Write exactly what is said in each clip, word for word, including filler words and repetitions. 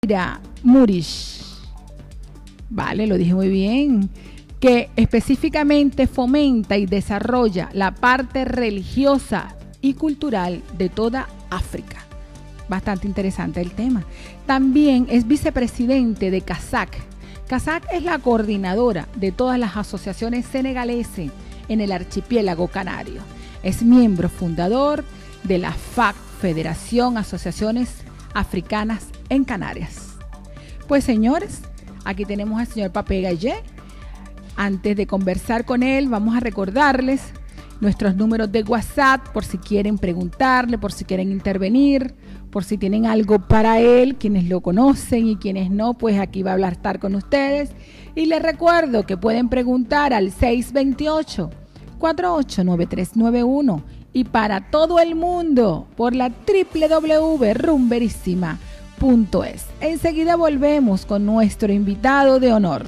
Mira, Murish, vale, lo dije muy bien, que específicamente fomenta y desarrolla la parte religiosa y cultural de toda África. Bastante interesante el tema. También es vicepresidente de CASAC. CASAC es la coordinadora de todas las asociaciones senegaleses en el archipiélago canario. Es miembro fundador de la F A C, Federación Asociaciones Africanas en Canarias. Pues señores, aquí tenemos al señor Pape Gallé. Antes de conversar con él, vamos a recordarles nuestros números de WhatsApp por si quieren preguntarle, por si quieren intervenir, por si tienen algo para él, quienes lo conocen y quienes no, pues aquí va a hablar estar con ustedes. Y les recuerdo que pueden preguntar al seis dos ocho, cuatro ocho nueve tres nueve uno y para todo el mundo por la doble u doble u doble u punto rumberísima punto es. Enseguida volvemos con nuestro invitado de honor.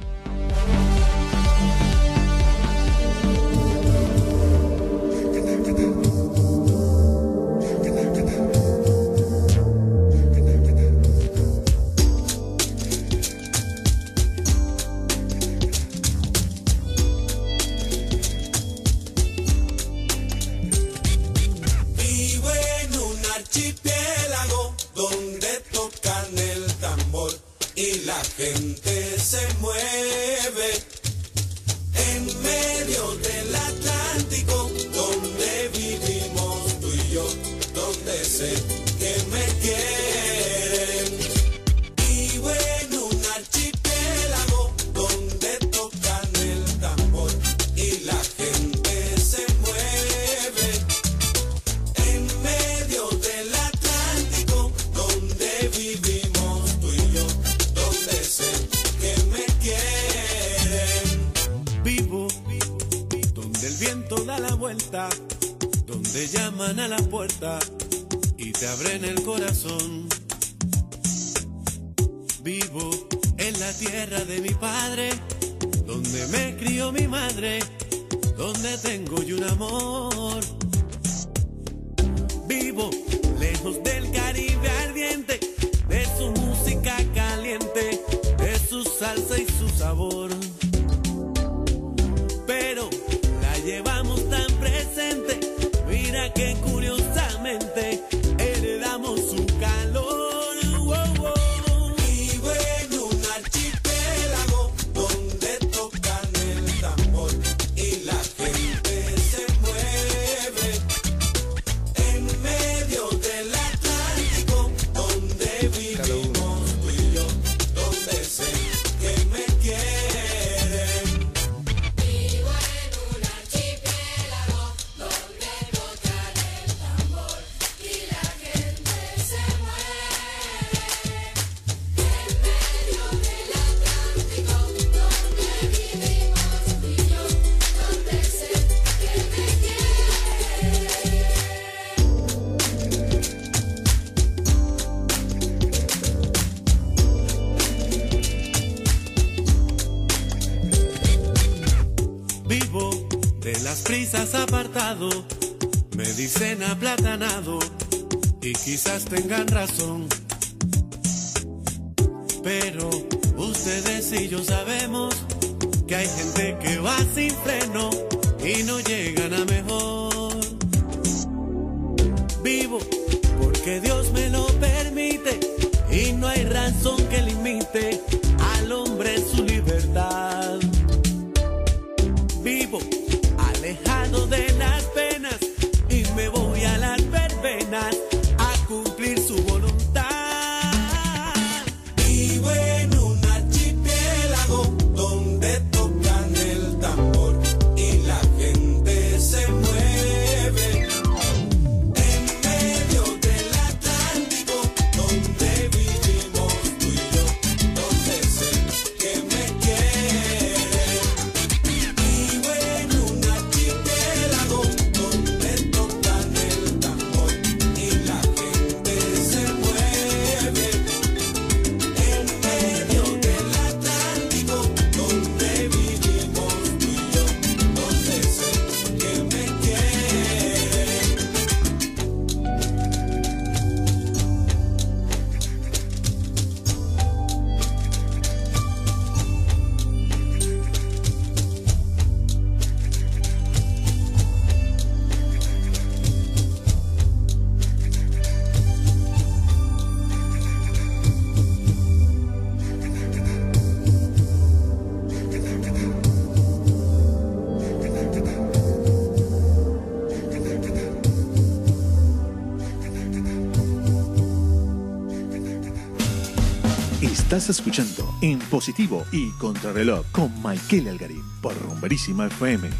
La gente se mueve en medio del Atlántico, donde vivimos tú y yo, donde sé que me quieren. Vivo en un archipiélago donde tocan el tambor y la gente se mueve en medio del Atlántico, donde vivimos tú y yo, que me quieren. Vivo donde el viento da la vuelta, donde llaman a la puerta y te abren el corazón. Vivo en la tierra de mi padre, donde me crió mi madre, donde tengo yo un amor. Vivo lejos del Caribe ardiente, de su música caliente, de su salsa y su sabor. Pero la llevamos tan presente, mira que curiosamente heredamos su calor. Oh, oh. Vivo en un archipiélago donde tocan el tambor y la gente se mueve en medio del Atlántico, donde vivimos tú y yo, donde sé que me quieren. Vivo en un archipiélago donde tocan el tambor y la gente se mueve en medio del Atlántico, donde vivimos tú y yo, donde sé que me quieren. Vivo de las prisas apartado, me dicen aplatanado y quizás tengan razón. Pero ustedes y yo sabemos que hay gente que va sin freno y no llegan a mejor. Vivo porque Dios me lo permite y no hay razón que limite al hombre en su libertad. Vivo alejado de las penas y me voy a las verbenas a cumplir su voluntad. Vivo en un archipiélago donde tocan el tambor y la gente se mueve en medio del Atlántico, donde vivimos tú y yo, donde Estás escuchando En Positivo y Contrarreloj con Michael Algarín por Rumberísima F M.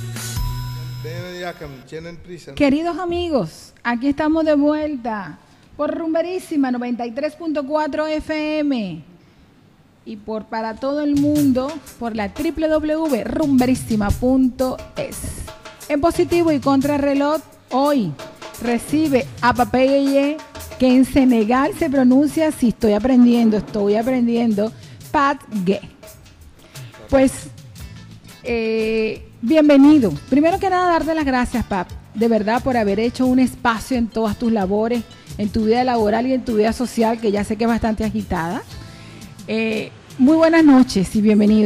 Queridos amigos, aquí estamos de vuelta por Rumberísima noventa y tres punto cuatro F M y por para todo el mundo por la doble u doble u doble u punto rumberísima punto es. En Positivo y Contrarreloj hoy recibe a Papeye, que en Senegal se pronuncia así, estoy aprendiendo, estoy aprendiendo, Pat Gue. Pues, eh, bienvenido. Primero que nada, darte las gracias, Pap, de verdad, por haber hecho un espacio en todas tus labores, en tu vida laboral y en tu vida social, que ya sé que es bastante agitada. Eh, muy buenas noches y bienvenido.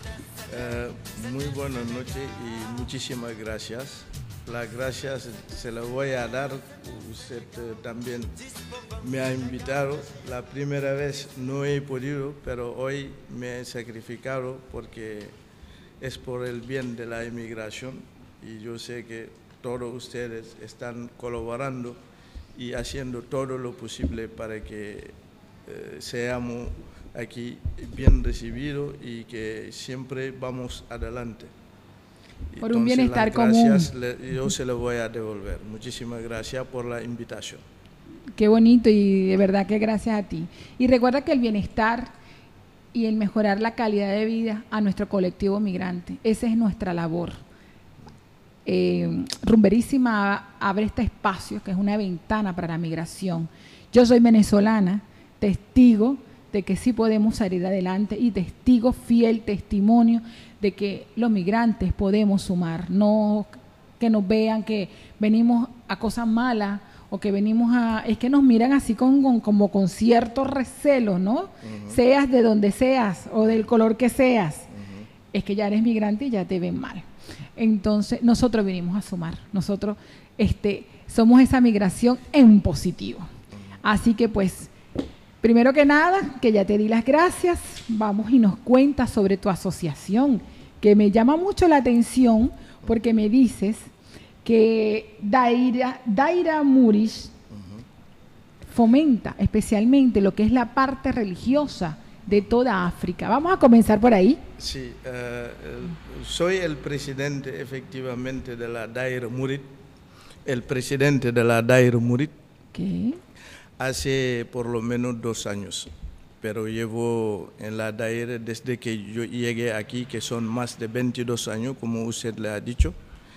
Uh, muy buenas noches y muchísimas gracias. Las gracias se las voy a dar. Usted uh, también me ha invitado. La primera vez no he podido, pero hoy me he sacrificado porque es por el bien de la inmigración y yo sé que todos ustedes están colaborando y haciendo todo lo posible para que uh, seamos aquí bien recibidos y que siempre vamos adelante. Por un bienestar gracias, común. Le, yo se lo voy a devolver. Muchísimas gracias por la invitación. Qué bonito y de verdad que gracias a ti. Y recuerda que el bienestar y el mejorar la calidad de vida a nuestro colectivo migrante, esa es nuestra labor. Eh, Rumberísima abre este espacio que es una ventana para la migración. Yo soy venezolana, testigo de que sí podemos salir adelante y testigo fiel, testimonio de que los migrantes podemos sumar, no que nos vean que venimos a cosas malas o que venimos a... Es que nos miran así con, con, como con cierto recelo, ¿no? Uh-huh. Seas de donde seas o del color que seas, uh-huh. Es que ya eres migrante y ya te ven mal. Entonces, nosotros venimos a sumar, nosotros este, somos esa migración en positivo. Uh-huh. Así que pues... Primero que nada, que ya te di las gracias, vamos y nos cuentas sobre tu asociación, que me llama mucho la atención porque me dices que Daira, Daira Moorish uh-huh. fomenta especialmente lo que es la parte religiosa de toda África. Vamos a comenzar por ahí. Sí, uh, soy el presidente efectivamente de la Daira Moorish, el presidente de la Daira Moorish. ¿Qué? Hace por lo menos dos años, pero llevo en la Daira desde que yo llegué aquí, que son más de veintidós años, como usted le ha dicho.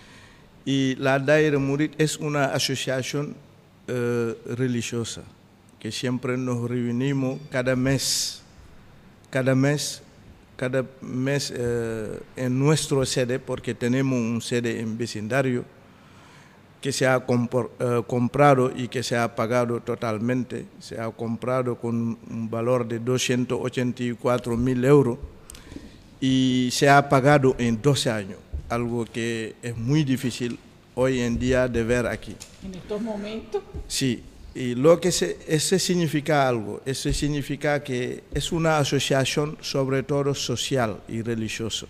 Y la Daira Moorish es una asociación uh, religiosa, que siempre nos reunimos cada mes, cada mes, cada mes uh, en nuestro sede, porque tenemos un sede en vecindario, que se ha compor, uh, comprado y que se ha pagado totalmente. Se ha comprado con un valor de doscientos ochenta y cuatro mil euros y se ha pagado en doce años, algo que es muy difícil hoy en día de ver aquí. ¿En estos momentos? Sí, y lo que se, eso significa algo, eso significa que es una asociación sobre todo social y religiosa.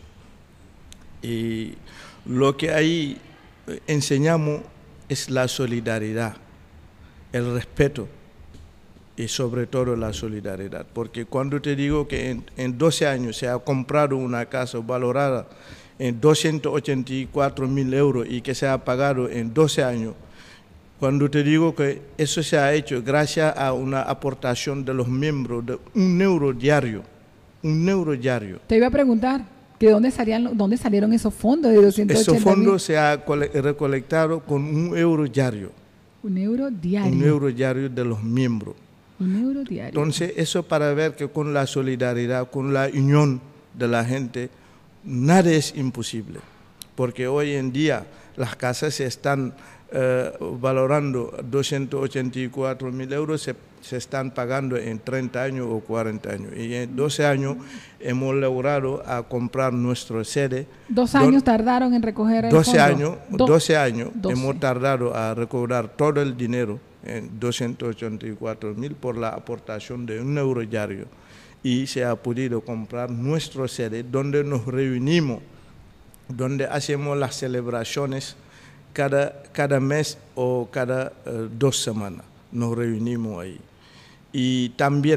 Y lo que ahí enseñamos es la solidaridad, el respeto y sobre todo la solidaridad. Porque cuando te digo que en, en doce años se ha comprado una casa valorada en doscientos ochenta y cuatro mil euros y que se ha pagado en doce años, cuando te digo que eso se ha hecho gracias a una aportación de los miembros de un euro diario, un euro diario. Te iba a preguntar, ¿de dónde salían, dónde salieron esos fondos de doscientos ochenta mil? Esos fondos se ha recolectado con un euro diario. Un euro diario. Un euro diario de los miembros. Un euro diario. Entonces, eso para ver que con la solidaridad, con la unión de la gente, nada es imposible. Porque hoy en día las casas se están eh, valorando doscientos ochenta y cuatro mil euros, se, se están pagando en treinta años o cuarenta años. Y en doce años hemos logrado a comprar nuestra sede. ¿Dos años tardaron en recoger el doce fondo? Años, Do doce años doce. Hemos tardado a recobrar todo el dinero en doscientos ochenta y cuatro mil por la aportación de un euro diario. Y se ha podido comprar nuestra sede donde nos reunimos, donde hacemos las celebraciones cada, cada mes o cada uh, dos semanas. Nos reunimos ahí. Y también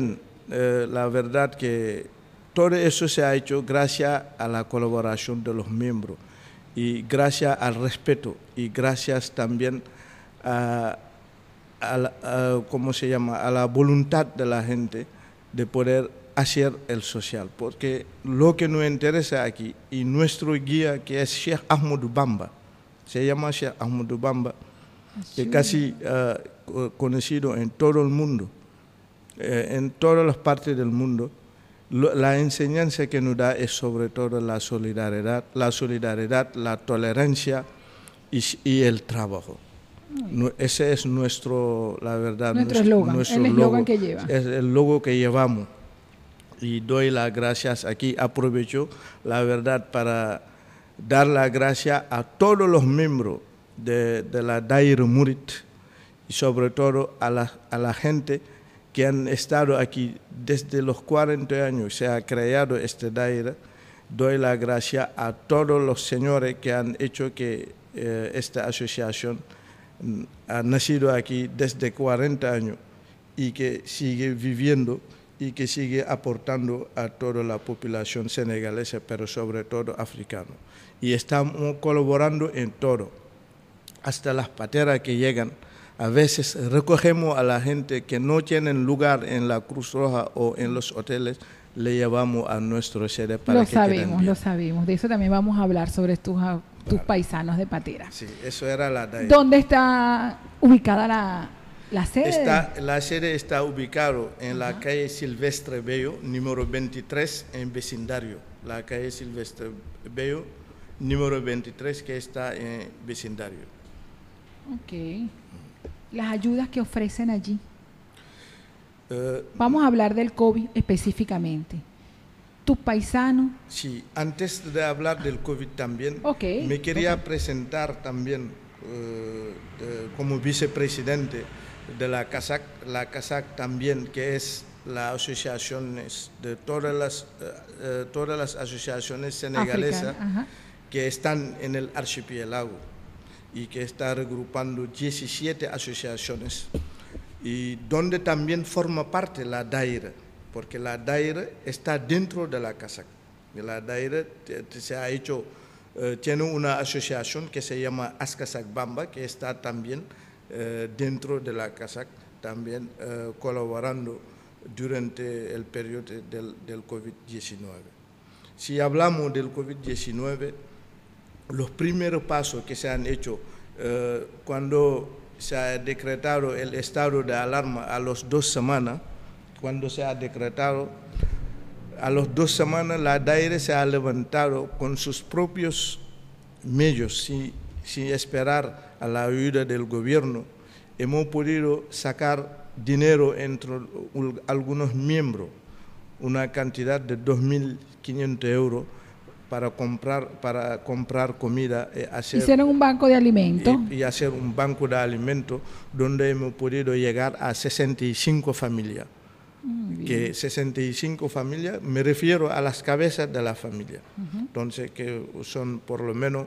eh, la verdad que todo eso se ha hecho gracias a la colaboración de los miembros y gracias al respeto y gracias también a, a, la- a- ¿cómo se llama? A la voluntad de la gente de poder hacer el social, porque lo que nos interesa aquí y nuestro guía, que es Sheikh Ahmadou Bamba, se llama Sheikh Ahmadou Bamba, que casi ah, co- conocido en todo el mundo, eh, en todas las partes del mundo. Lo- la enseñanza que nos da es sobre todo la solidaridad, la solidaridad, la tolerancia y, s- y el trabajo. Nu- Ese es nuestro, la verdad, Nuestro eslogan, el eslogan logo. que lleva. Es el logo que llevamos. Y doy las gracias aquí. Aprovecho, la verdad, para dar las gracias a todos los miembros de, de la Daira Murid y sobre todo a la, a la gente que han estado aquí desde los cuarenta años. Se ha creado este Daira. Doy las gracias a todos los señores que han hecho que eh, esta asociación mm, ha nacido aquí desde cuarenta años y que sigue viviendo y que sigue aportando a toda la población senegalesa, pero sobre todo africana. Y estamos colaborando en todo, hasta las pateras que llegan. A veces recogemos a la gente que no tienen lugar en la Cruz Roja o en los hoteles, le llevamos a nuestro sede para Lo que queden sabemos, bien. lo sabemos. De eso también vamos a hablar sobre tus, a- tus Claro. paisanos de Patera. Sí, eso era la Daira. ¿Dónde está ubicada la, la sede? Está, la sede está ubicada en la calle Silvestre Bello, número veintitrés, en vecindario. La calle Silvestre Bello, número veintitrés, que está en vecindario. Ok. Las ayudas que ofrecen allí. Eh, Vamos a hablar del COVID específicamente. Tus paisanos, sí, antes de hablar del COVID también, Ok, me quería ok. presentar también eh, de- como vicepresidente de la CASAC, la CASAC también, que es la asociación de todas las, eh, eh, todas las asociaciones senegalesas africanos. Ajá. que están en el archipiélago y que está regrupando diecisiete asociaciones y donde también forma parte la Daira, porque la Daira está dentro de la CASAC. Y la Daira te- te- se ha hecho, eh, tiene una asociación que se llama Askasak Bamba, que está también eh, dentro de la CASAC, también eh, colaborando durante el periodo del, del COVID diecinueve. Si hablamos del COVID diecinueve, los primeros pasos que se han hecho eh, cuando se ha decretado el estado de alarma a las dos semanas, cuando se ha decretado, a las dos semanas la Daira se ha levantado con sus propios medios, sin, sin esperar a la ayuda del gobierno. Hemos podido sacar dinero entre ul- algunos miembros, una cantidad de dos mil quinientos euros para comprar, para comprar comida, eh, hacer, Hicieron un banco de alimentos. y, y hacer un banco de alimentos donde hemos podido llegar a sesenta y cinco familias. Que sesenta y cinco familias, me refiero a las cabezas de la familia. Entonces, que son por lo menos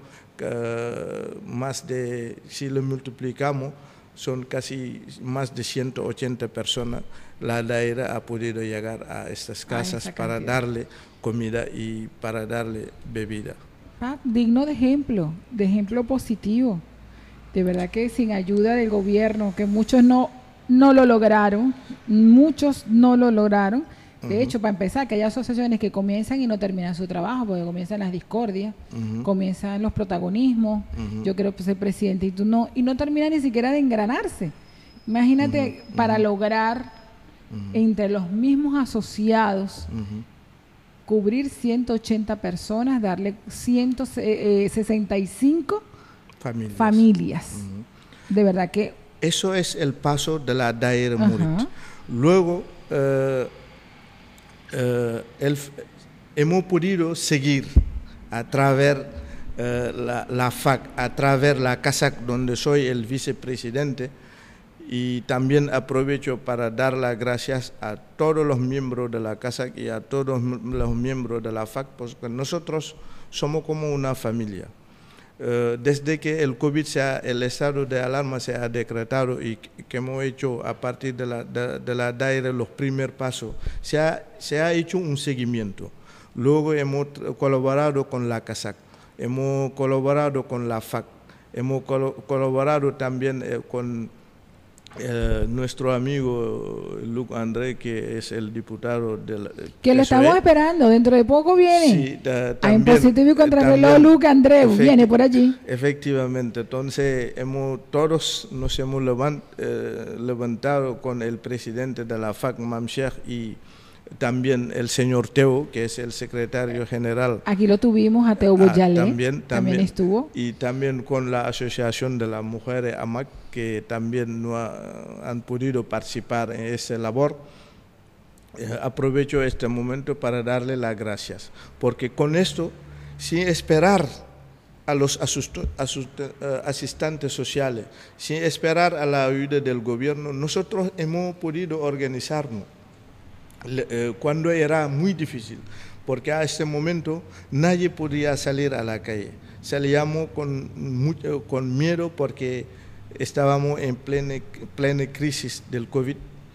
eh, más de, si lo multiplicamos, son casi más de ciento ochenta personas. La Daira ha podido llegar a estas casas esa para cantidad. darle comida y para darle bebida. Ah, digno de ejemplo, de ejemplo positivo. De verdad que sin ayuda del gobierno, que muchos no, no lo lograron, muchos no lo lograron. De hecho, para empezar, que hay asociaciones que comienzan y no terminan su trabajo, porque comienzan las discordias, Ujú. comienzan los protagonismos. Ujú. Yo quiero ser presidente y tú no, y no termina ni siquiera de engranarse. Imagínate, para lograr entre los mismos asociados Ujú. cubrir ciento ochenta personas, darle ciento sesenta y cinco Familias. familias. Ujú. De verdad que Eso es el paso de la Daira Ajá. Murid. Luego, eh, eh, el- hemos podido seguir a través eh, la, la F A C, a través la CASAC, donde soy el vicepresidente, y también aprovecho para dar las gracias a todos los miembros de la CASAC y a todos los miembros de la F A C, porque nosotros somos como una familia. eh, desde que el COVID, se ha, el estado de alarma se ha decretado y que hemos hecho a partir de la, de, de la DAIRE los primeros pasos, se ha, se ha hecho un seguimiento. Luego hemos colaborado con la CASAC, hemos colaborado con la F A C, hemos col colaborado también eh, con eh, nuestro amigo Luc André, que es el diputado del que lo estamos esperando, dentro de poco viene. Sí, da, a en también, Positivo y Contrarreloj, también, Luc André viene por allí. Efectivamente, entonces hemos, todos nos hemos levant, eh, levantado con el presidente de la F A C, Mam Cheikh, y también el señor Teo, que es el secretario general. Aquí lo tuvimos, a Teo Boyale, ah, también, también, también estuvo. Y también con la Asociación de las Mujeres A M A C, que también no ha, han podido participar en esa labor. Eh, aprovecho este momento para darle las gracias, porque con esto, sin esperar a los asusto, asusto, uh, asistentes sociales, sin esperar a la ayuda del gobierno, nosotros hemos podido organizarnos. Cuando era muy difícil, porque a este momento nadie podía salir a la calle. Salíamos con, mucho, con miedo porque estábamos en plena, plena crisis del COVID.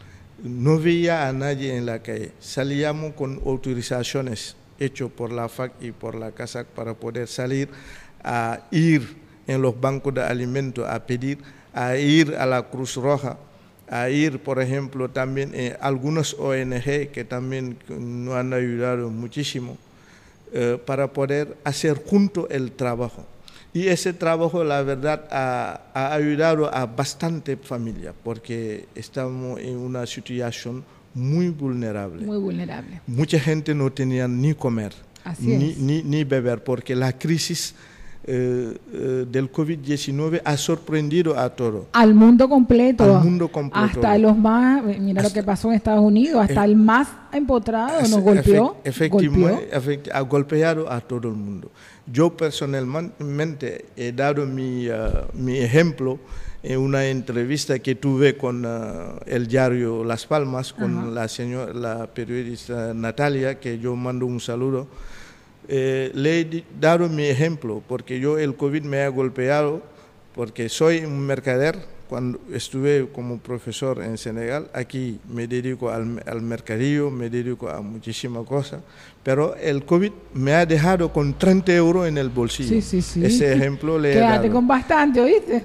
No veía a nadie en la calle. Salíamos con autorizaciones hechas por la F A C y por la CASAC para poder salir a ir en los bancos de alimentos a pedir, a ir a la Cruz Roja, a ir, por ejemplo, también eh, algunas O N G que también nos han ayudado muchísimo eh, para poder hacer junto el trabajo. Y ese trabajo, la verdad, ha, ha ayudado a bastante familias, porque estamos en una situación muy vulnerable. Muy vulnerable. Mucha gente no tenía ni comer, Así ni, es. ni, ni beber, porque la crisis Eh, eh, del COVID diecinueve ha sorprendido a todo. Al mundo completo. Al mundo completo. Hasta los más, mira hasta, lo que pasó en Estados Unidos, hasta eh, el más empotrado nos golpeó. Efectivamente, efect, ha golpeado a todo el mundo. Yo personalmente he dado mi, uh, mi ejemplo en una entrevista que tuve con uh, el diario Las Palmas, con Ajá. la señora, la periodista Natalia, que yo mando un saludo. Eh, le he dado mi ejemplo, porque yo el COVID me ha golpeado, porque soy un mercader. Cuando estuve como profesor en Senegal, aquí me dedico al, al mercadillo, me dedico a muchísimas cosas, pero el COVID me ha dejado con treinta euros en el bolsillo. Sí, sí, sí. Ese ejemplo le he Quédate dado. con bastante, ¿oíste?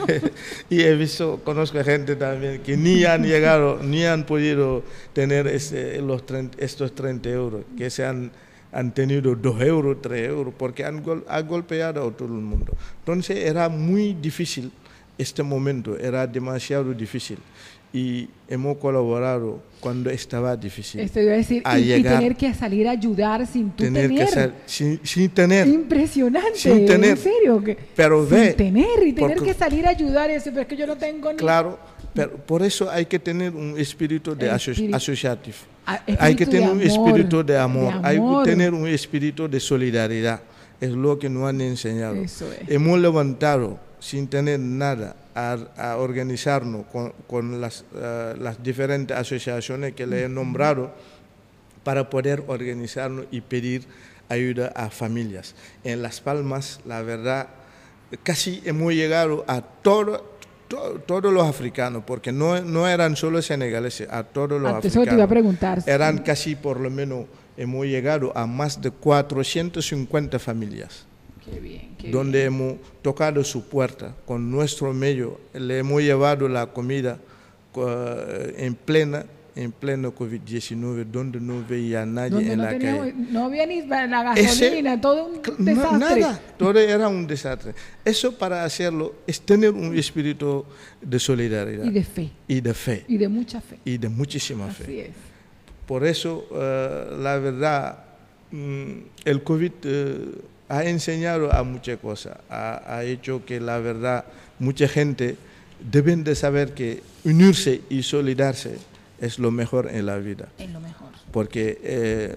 Y he visto, conozco gente también que ni han llegado, ni han podido tener ese, los treinta, estos treinta euros, que se han han tenido dos euros, tres euros, porque han, gol, han golpeado a todo el mundo. Entonces era muy difícil este momento, era demasiado difícil. Y hemos colaborado cuando estaba difícil. Esto iba a decir, a y, llegar, y tener que salir a ayudar sin tú tener. tener. Que sal, sin, sin tener. Impresionante, sin tener, en serio. Que, pero sin ve, tener y tener porque, que salir a ayudar y decir, pero es que yo no tengo ni... Claro, pero por eso hay que tener un espíritu de aso espíritu, asociativo. Espíritu hay que tener amor, un espíritu de amor, de amor, hay que tener un espíritu de solidaridad. Es lo que nos han enseñado. Eso es. Hemos levantado sin tener nada a, a organizarnos con, con las, uh, las diferentes asociaciones que le he nombrado para poder organizarnos y pedir ayuda a familias. En Las Palmas, la verdad, casi hemos llegado a todo, todo, todos los africanos, porque no, no eran solo senegaleses, a todos los ah, africanos. Eso te iba a preguntar. Eran casi, por lo menos, hemos llegado a más de cuatrocientas cincuenta familias. Qué bien, qué donde bien. hemos tocado su puerta con nuestro medio, le hemos llevado la comida uh, en plena en pleno COVID diecinueve, donde no veía a nadie donde en no la teníamos, calle. No había ni la gasolina, Ese, todo un desastre. Nada, todo era un desastre. Eso, para hacerlo, es tener un espíritu de solidaridad. Y de fe. Y de fe. Y de mucha fe. Y de muchísima Así fe. Es. Por eso, uh, la verdad, mm, el COVID uh, ha enseñado a muchas cosas, ha, ha hecho que, la verdad, mucha gente deben de saber que unirse y solidarse es lo mejor en la vida. Es lo mejor. Porque eh,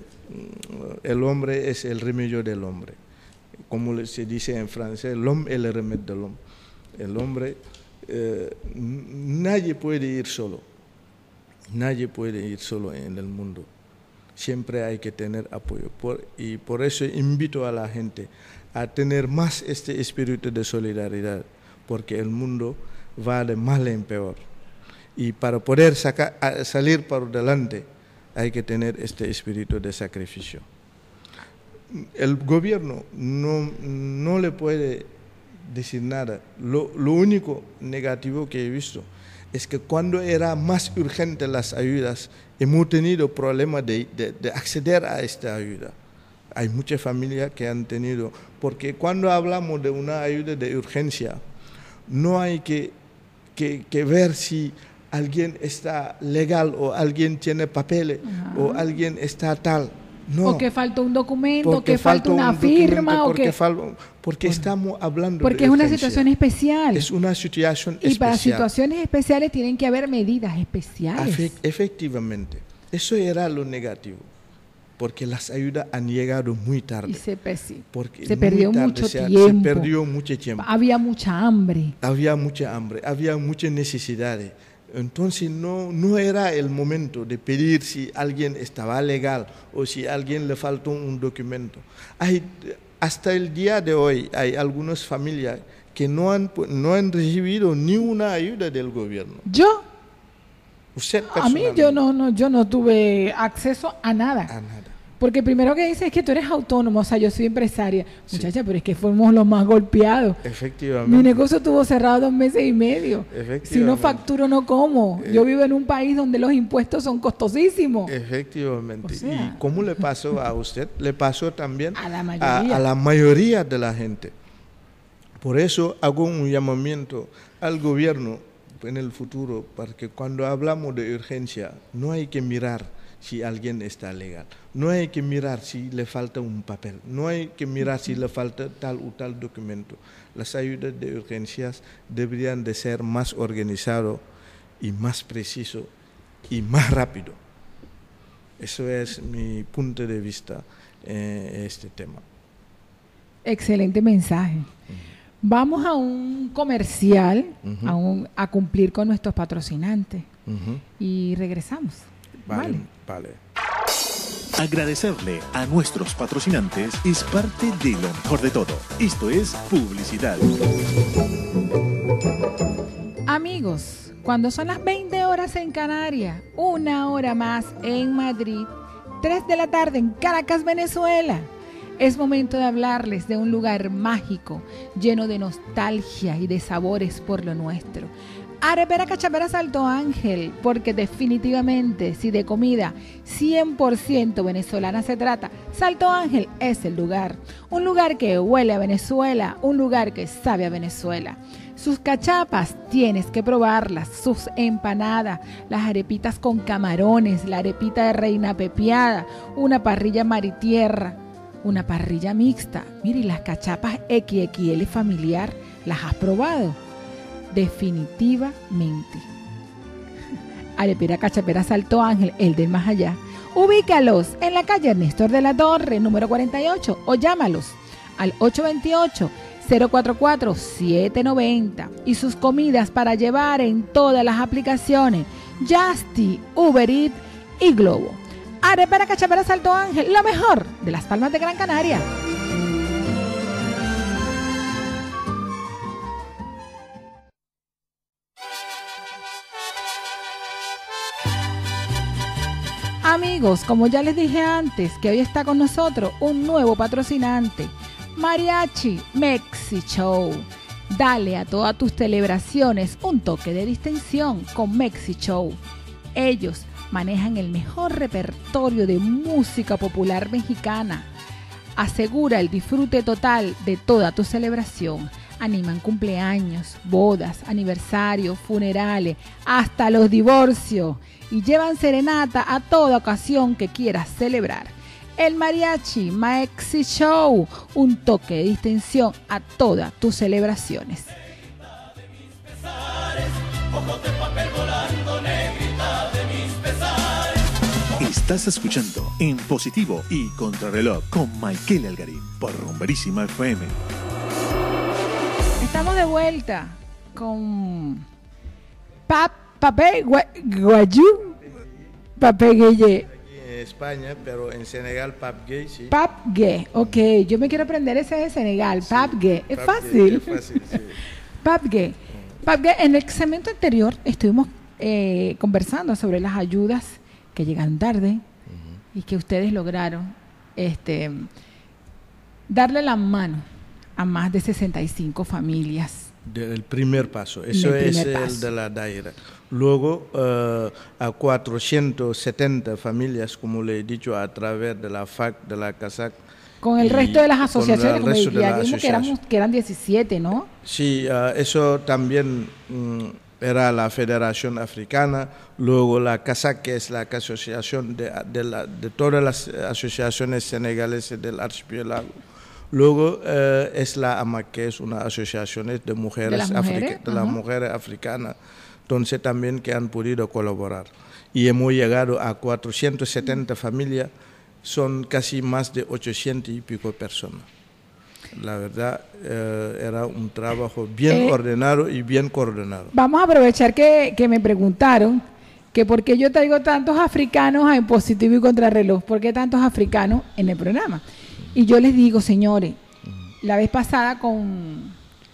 el hombre es el remedio del hombre. Como se dice en francés, l'homme est le remède de l'homme. El hombre, eh, nadie puede ir solo. Nadie puede ir solo en el mundo. siempre hay que tener apoyo. Por, y por eso invito a la gente a tener más este espíritu de solidaridad, porque el mundo va de mal en peor. Y para poder sacar, a, salir para adelante hay que tener este espíritu de sacrificio. El gobierno no, no le puede decir nada. Lo, lo único negativo que he visto es que cuando era más urgente las ayudas, hemos tenido problemas de, de, de acceder a esta ayuda. Hay muchas familias que han tenido, porque cuando hablamos de una ayuda de urgencia, no hay que, que, que ver si alguien está legal o alguien tiene papeles. Ajá. O alguien está tal. No. O que falta un documento, o que falta una un firma. Porque, o que... fal... porque estamos hablando porque de es una urgencia. situación especial. Es una situación y especial. Y para situaciones especiales tienen que haber medidas especiales. Efe- efectivamente. Eso era lo negativo. Porque las ayudas han llegado muy tarde. Y se, sí, porque se perdió tarde, mucho se, tiempo. Se perdió mucho tiempo. Había mucha hambre. Había mucha hambre, había muchas necesidades. Entonces no, no era el momento de pedir si alguien estaba legal o si a alguien le faltó un documento. Hay, hasta el día de hoy hay algunas familias que no han, no han recibido ni una ayuda del gobierno. ¿Yo? Usted a mí yo no, no, yo no tuve acceso a nada. A nada. Porque primero que dice es que tú eres autónomo, o sea, yo soy empresaria. Sí. Muchacha, pero es que fuimos los más golpeados. Efectivamente. Mi negocio estuvo cerrado dos meses y medio. Efectivamente. Si no facturo, no como. Eh, yo vivo en un país donde los impuestos son costosísimos. Efectivamente. O sea, ¿y cómo le pasó a usted? Le pasó también a la mayoría, a, a la mayoría de la gente. Por eso hago un llamamiento al gobierno en el futuro, para que cuando hablamos de urgencia no hay que mirar si alguien está legal, no hay que mirar si le falta un papel, no hay que mirar si le falta tal o tal documento. Las ayudas de urgencias deberían de ser más organizadas y más preciso y más rápido. Eso es mi punto de vista en este tema. Excelente mensaje. Uh-huh. Vamos a un comercial, uh-huh. a, un, a cumplir con nuestros patrocinantes uh-huh. y regresamos. Vale, vale. Agradecerle a nuestros patrocinantes es parte de lo mejor de todo. Esto es publicidad. Amigos, cuando son las veinte horas en Canarias, una hora más en Madrid, tres de la tarde en Caracas, Venezuela, es momento de hablarles de un lugar mágico, lleno de nostalgia y de sabores por lo nuestro. Arepera Cachapera Salto Ángel, porque definitivamente si de comida cien por ciento venezolana se trata, Salto Ángel es el lugar. Un lugar que huele a Venezuela, un lugar que sabe a Venezuela. Sus cachapas tienes que probarlas, sus empanadas, las arepitas con camarones, la arepita de reina pepiada, una parrilla maritierra, una parrilla mixta. Mire, y las cachapas equis equis ele familiar, ¿las has probado? Definitivamente. Arepera Cachapera Salto Ángel, el del más allá. Ubícalos en la calle Néstor de la Torre, número cuarenta y ocho, o llámalos al ocho dos ocho, cero cuatro cuatro, siete nueve cero y sus comidas para llevar en todas las aplicaciones Justy, Uber Eats y Globo. Arepera Cachapera Salto Ángel, la mejor de las Palmas de Gran Canaria. Amigos, como ya les dije antes, que hoy está con nosotros un nuevo patrocinante, Mariachi Mexi Show. Dale a todas tus celebraciones un toque de distinción con Mexi Show. Ellos manejan el mejor repertorio de música popular mexicana. Asegura el disfrute total de toda tu celebración. Animan cumpleaños, bodas, aniversarios, funerales, hasta los divorcios. Y llevan serenata a toda ocasión que quieras celebrar. El Mariachi Mexi Show, un toque de distinción a todas tus celebraciones. Estás escuchando En Positivo y Contrarreloj con Michael Algarín por Rumberísima F M. Estamos de vuelta con Pap, Papé Guayú, Papé Gueye. España, pero en Senegal, Papgué, sí. Papgué, ok. Yo me quiero aprender ese de Senegal. Papgué. Es Papgué, fácil. es fácil, sí. Papgué. Papgué, en el segmento anterior estuvimos eh, conversando sobre las ayudas que llegan tarde y que ustedes lograron este, darle la mano a más de sesenta y cinco familias. Del primer paso, eso Del es primer el paso. de la daira. Luego eh, a cuatrocientas setenta familias, como le he dicho, a través de la F A C, de la CASAC. Con el y resto de las con asociaciones, el como resto de ya la vimos que, éramos, asociación. que eran diecisiete, ¿no? Sí, eh, eso también mm, era la Federación Africana, luego la CASAC, que es la asociación de, de, la, de todas las asociaciones senegaleses del archipiélago. Luego eh, es la A M A C, que es una asociación de mujeres, ¿De las mujeres? africa- de las Ajá. mujeres africanas, entonces también que han podido colaborar. Y hemos llegado a cuatrocientas setenta familias, son casi más de ochocientas y pico personas. La verdad, eh, era un trabajo bien Eh, ordenado y bien coordinado. Vamos a aprovechar que, que me preguntaron que por qué yo traigo tantos africanos en Positivo y Contrarreloj, por qué tantos africanos en el programa. Y yo les digo, señores, la vez pasada con,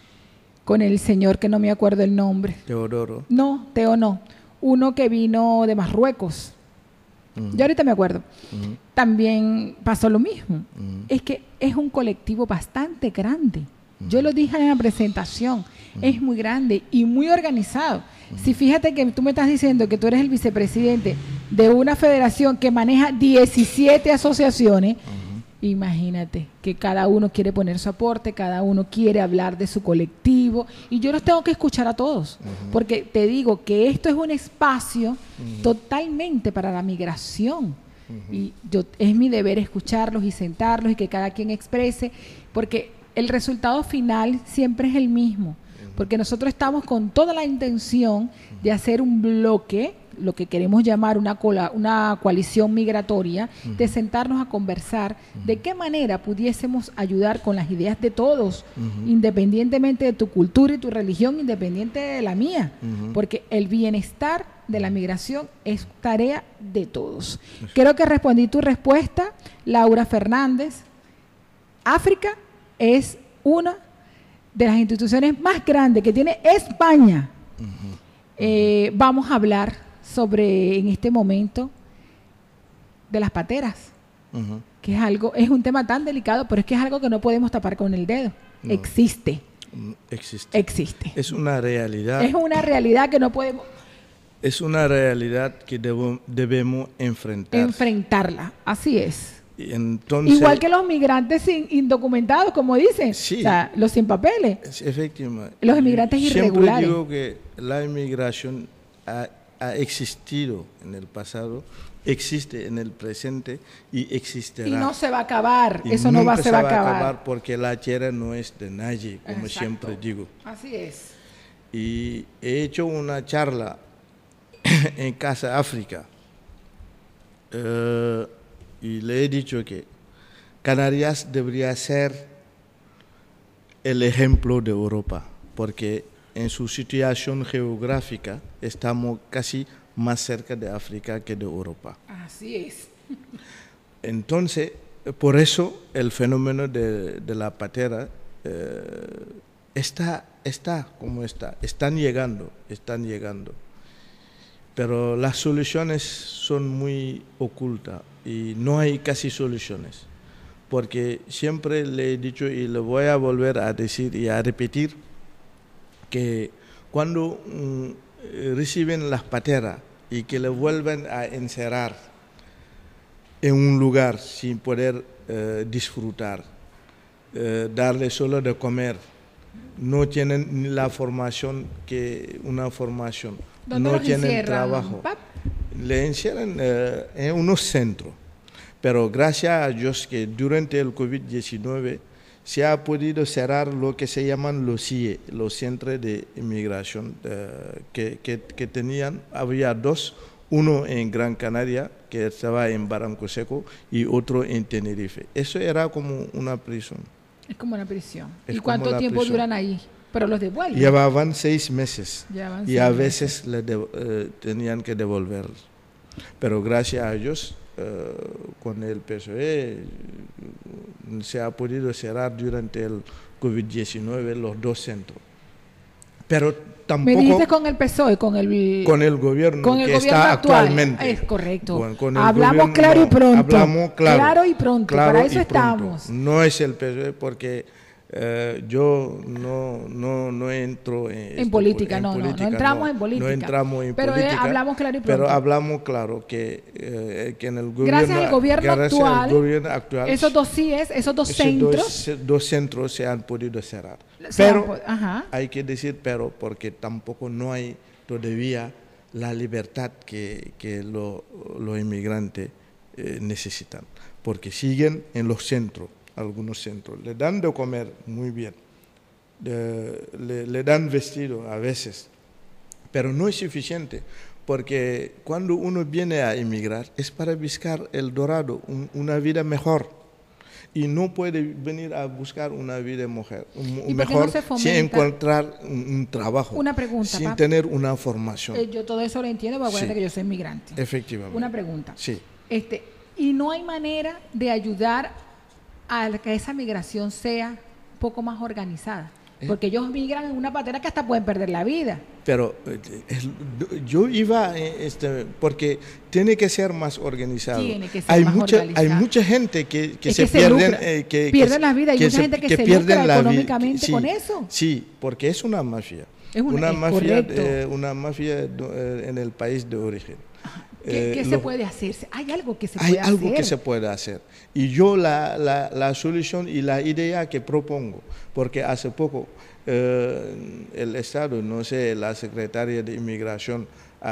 con el señor que no me acuerdo el nombre, Teodoro. no, Teo no, uno que vino de Marruecos, yo ahorita me acuerdo, Ujú. también pasó lo mismo. Ujú. Es que es un colectivo bastante grande. Yo lo dije en la presentación, es muy grande y muy organizado. Si fíjate que tú me estás diciendo que tú eres el vicepresidente de una federación que maneja diecisiete asociaciones, imagínate que cada uno quiere poner su aporte, cada uno quiere hablar de su colectivo y yo los tengo que escuchar a todos, porque te digo que esto es un espacio totalmente para la migración. Y yo, es mi deber escucharlos y sentarlos y que cada quien exprese, porque el resultado final siempre es el mismo, porque nosotros estamos con toda la intención de hacer un bloque, lo que queremos llamar una, cola, una coalición migratoria, de sentarnos a conversar de qué manera pudiésemos ayudar con las ideas de todos, independientemente de tu cultura y tu religión, independiente de la mía, porque el bienestar de la migración es tarea de todos. Creo que respondí tu respuesta, Laura Fernández. África es una de las instituciones más grandes que tiene España. Eh, vamos a hablar sobre, en este momento, de las pateras, Ujú. que es algo, es un tema tan delicado, pero es que es algo que no podemos tapar con el dedo. No. Existe, Mm, Existe. existe. Es una realidad. Es una realidad que no podemos Es una realidad que debo- debemos enfrentar. enfrentarla. Así es. Y entonces, Igual que los migrantes sin- indocumentados, como dicen, Sí. o sea, los sin papeles. es- efectivamente, Los inmigrantes siempre irregulares. digo que la inmigración ha, ha existido en el pasado, existe en el presente y existirá. Y no se va a acabar, Y eso no va, nunca se va a acabar. porque la tierra no es de nadie, como Exacto. siempre digo. Así es. Y he hecho una charla en Casa África eh, y le he dicho que Canarias debería ser el ejemplo de Europa, porque en su situación geográfica estamos casi más cerca de África que de Europa. Así es. Entonces, por eso el fenómeno de, de la patera eh, está, está como está, están llegando, están llegando. Pero las soluciones son muy ocultas y no hay casi soluciones. Porque siempre le he dicho y le voy a volver a decir y a repetir que cuando mm, reciben las pateras y que le vuelven a encerrar en un lugar sin poder eh, disfrutar, eh, darle solo de comer, no tienen ni la formación que una formación, ¿Dónde no los tienen encierran, trabajo, pap? le encierran eh, en unos centros. Pero gracias a Dios que durante el COVID diecinueve se ha podido cerrar lo que se llaman los C I E, los centros de inmigración eh, que, que, que tenían, había dos, uno en Gran Canaria, que estaba en Barranco Seco, y otro en Tenerife. Eso era como una prisión. Es como una prisión. Es ¿Y como cuánto la tiempo prisión. duran ahí? Pero los devuelven. Llevaban seis meses Llevaban y seis a meses. veces le de- eh, tenían que devolverlos. Pero gracias a Dios eh, con el P S O E se ha podido cerrar durante el COVID diecinueve los dos centros. Pero tampoco... Me dijiste con el P S O E, con el... Con el gobierno con el que gobierno está actual. actualmente. Es correcto. Bueno, con el hablamos gobierno, claro y no, pronto. Hablamos claro. Claro y pronto, claro para y eso pronto. estamos. No es el P S O E porque eh, yo no, no, no entro en, En esto, política, en no, no, política, no entramos no, en política. No entramos en pero política. eh, hablamos claro y pronto. Pero hablamos claro que, eh, que en el gobierno... Gracias al gobierno gracias actual, al gobierno actual esos dos C I E S, esos dos esos centros... Dos, dos centros se han podido cerrar. se han Pero, po- ajá. hay que decir pero, porque tampoco no hay todavía la libertad que, que lo- los inmigrantes eh, necesitan. Porque siguen en los centros, algunos centros. Le dan de comer muy bien, de- le, le dan vestido a veces, pero no es suficiente. Porque cuando uno viene a inmigrar es para buscar el dorado, un- una vida mejor. Y no puede venir a buscar una vida mujer, un- ¿Y por qué mejor no se sin fomenta? encontrar un, un trabajo, Una pregunta, sin papá. tener una formación. Eh, yo todo eso lo entiendo, porque acuérdate Sí. que yo soy inmigrante. Efectivamente. Una pregunta. Sí. Este, y no hay manera de ayudar a que esa migración sea un poco más organizada. ¿Eh? Porque ellos migran en una patera que hasta pueden perder la vida. Pero eh, es- yo iba, eh, este, porque tiene que ser más organizado. Tiene que ser hay más mucha, organizado. Hay mucha gente que, que Es se, que se pierden, lucra. eh, que, Pierden que, la vida. Hay mucha gente que se pierden lucra la vi- económicamente sí, con eso. Sí, porque es una mafia. Es una- es mafia, correcto. eh, una mafia do- eh, en el país de origen. ¿Qué, Eh, qué se lo- puede hacer? ¿Hay algo que se Hay puede algo hacer? que se puede hacer. Y yo la, la, la solución y la idea que propongo, porque hace poco eh, el Estado, no sé, la Secretaria de Inmigración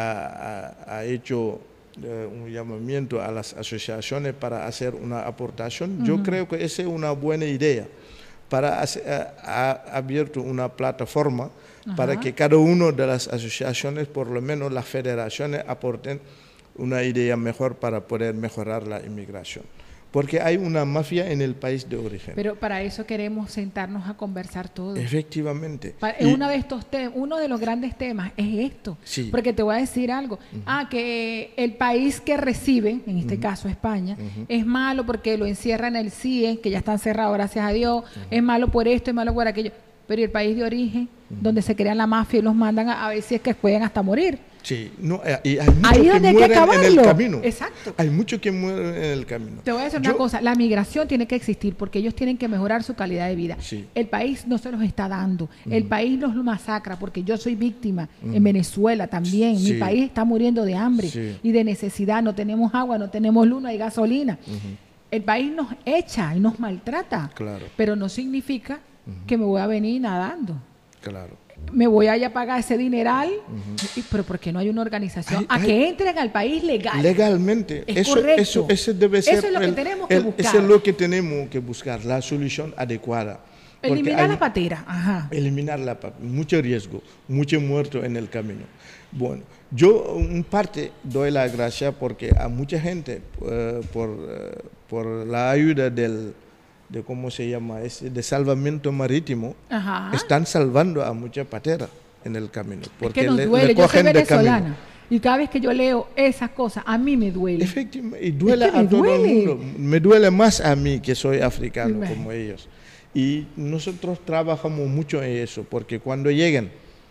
ha, ha- ha hecho eh, un llamamiento a las asociaciones para hacer una aportación. Yo creo que esa es una buena idea. Para hacer, ha, ha abierto una plataforma para Ajá. que cada una de las asociaciones, por lo menos las federaciones, aporten una idea mejor para poder mejorar la inmigración. Porque hay una mafia en el país de origen. Pero para eso queremos sentarnos a conversar todos. Efectivamente. Pa- Y- uno de estos te- uno de los grandes temas es esto. Sí. Porque te voy a decir algo. Ah, que el país que recibe, en este caso España, es malo porque lo encierra en el C I E, que ya están cerrados, gracias a Dios. Es malo por esto, es malo por aquello. Pero ¿y el país de origen, donde se crean la mafia y los mandan a, a ver si es que pueden hasta morir? Sí, no, eh, y hay muchos Ahí es que donde hay que mueren en el acabarlo. camino. Exacto. Hay muchos que mueren en el camino. Te voy a decir Yo- una cosa, la migración tiene que existir porque ellos tienen que mejorar su calidad de vida. Sí. El país no se los está dando, el país los masacra porque yo soy víctima en Venezuela también, Sí. mi país está muriendo de hambre Sí. y de necesidad, no tenemos agua, no tenemos luz, no hay gasolina. El país nos echa y nos maltrata, Claro. pero no significa que me voy a venir nadando. Claro. Me voy a ir a pagar ese dineral, y- pero porque no hay una organización Hay- a hay- que entren al país legal. Legalmente. Es eso, correcto. eso, ese debe Eso ser es lo que el- tenemos que el- buscar. Eso es lo que tenemos que buscar, la solución adecuada. Porque Eliminar hay- la patera, ajá. eliminar la pa- mucho riesgo, mucho muerto en el camino. Bueno, yo en parte doy la gracia porque a mucha gente eh, por, eh, por la ayuda del de cómo se llama ese de salvamento marítimo Ajá. están salvando a mucha patera en el camino Es porque que nos le- le duele, yo soy cogen de venezolana. camino. Y cada vez que yo leo esas cosas, a mí me duele. Efectivamente, y duele Es que me a todo duele. el mundo. Me duele más a mí que soy africano Bueno. como ellos. Y nosotros trabajamos mucho en eso, porque cuando lleguen,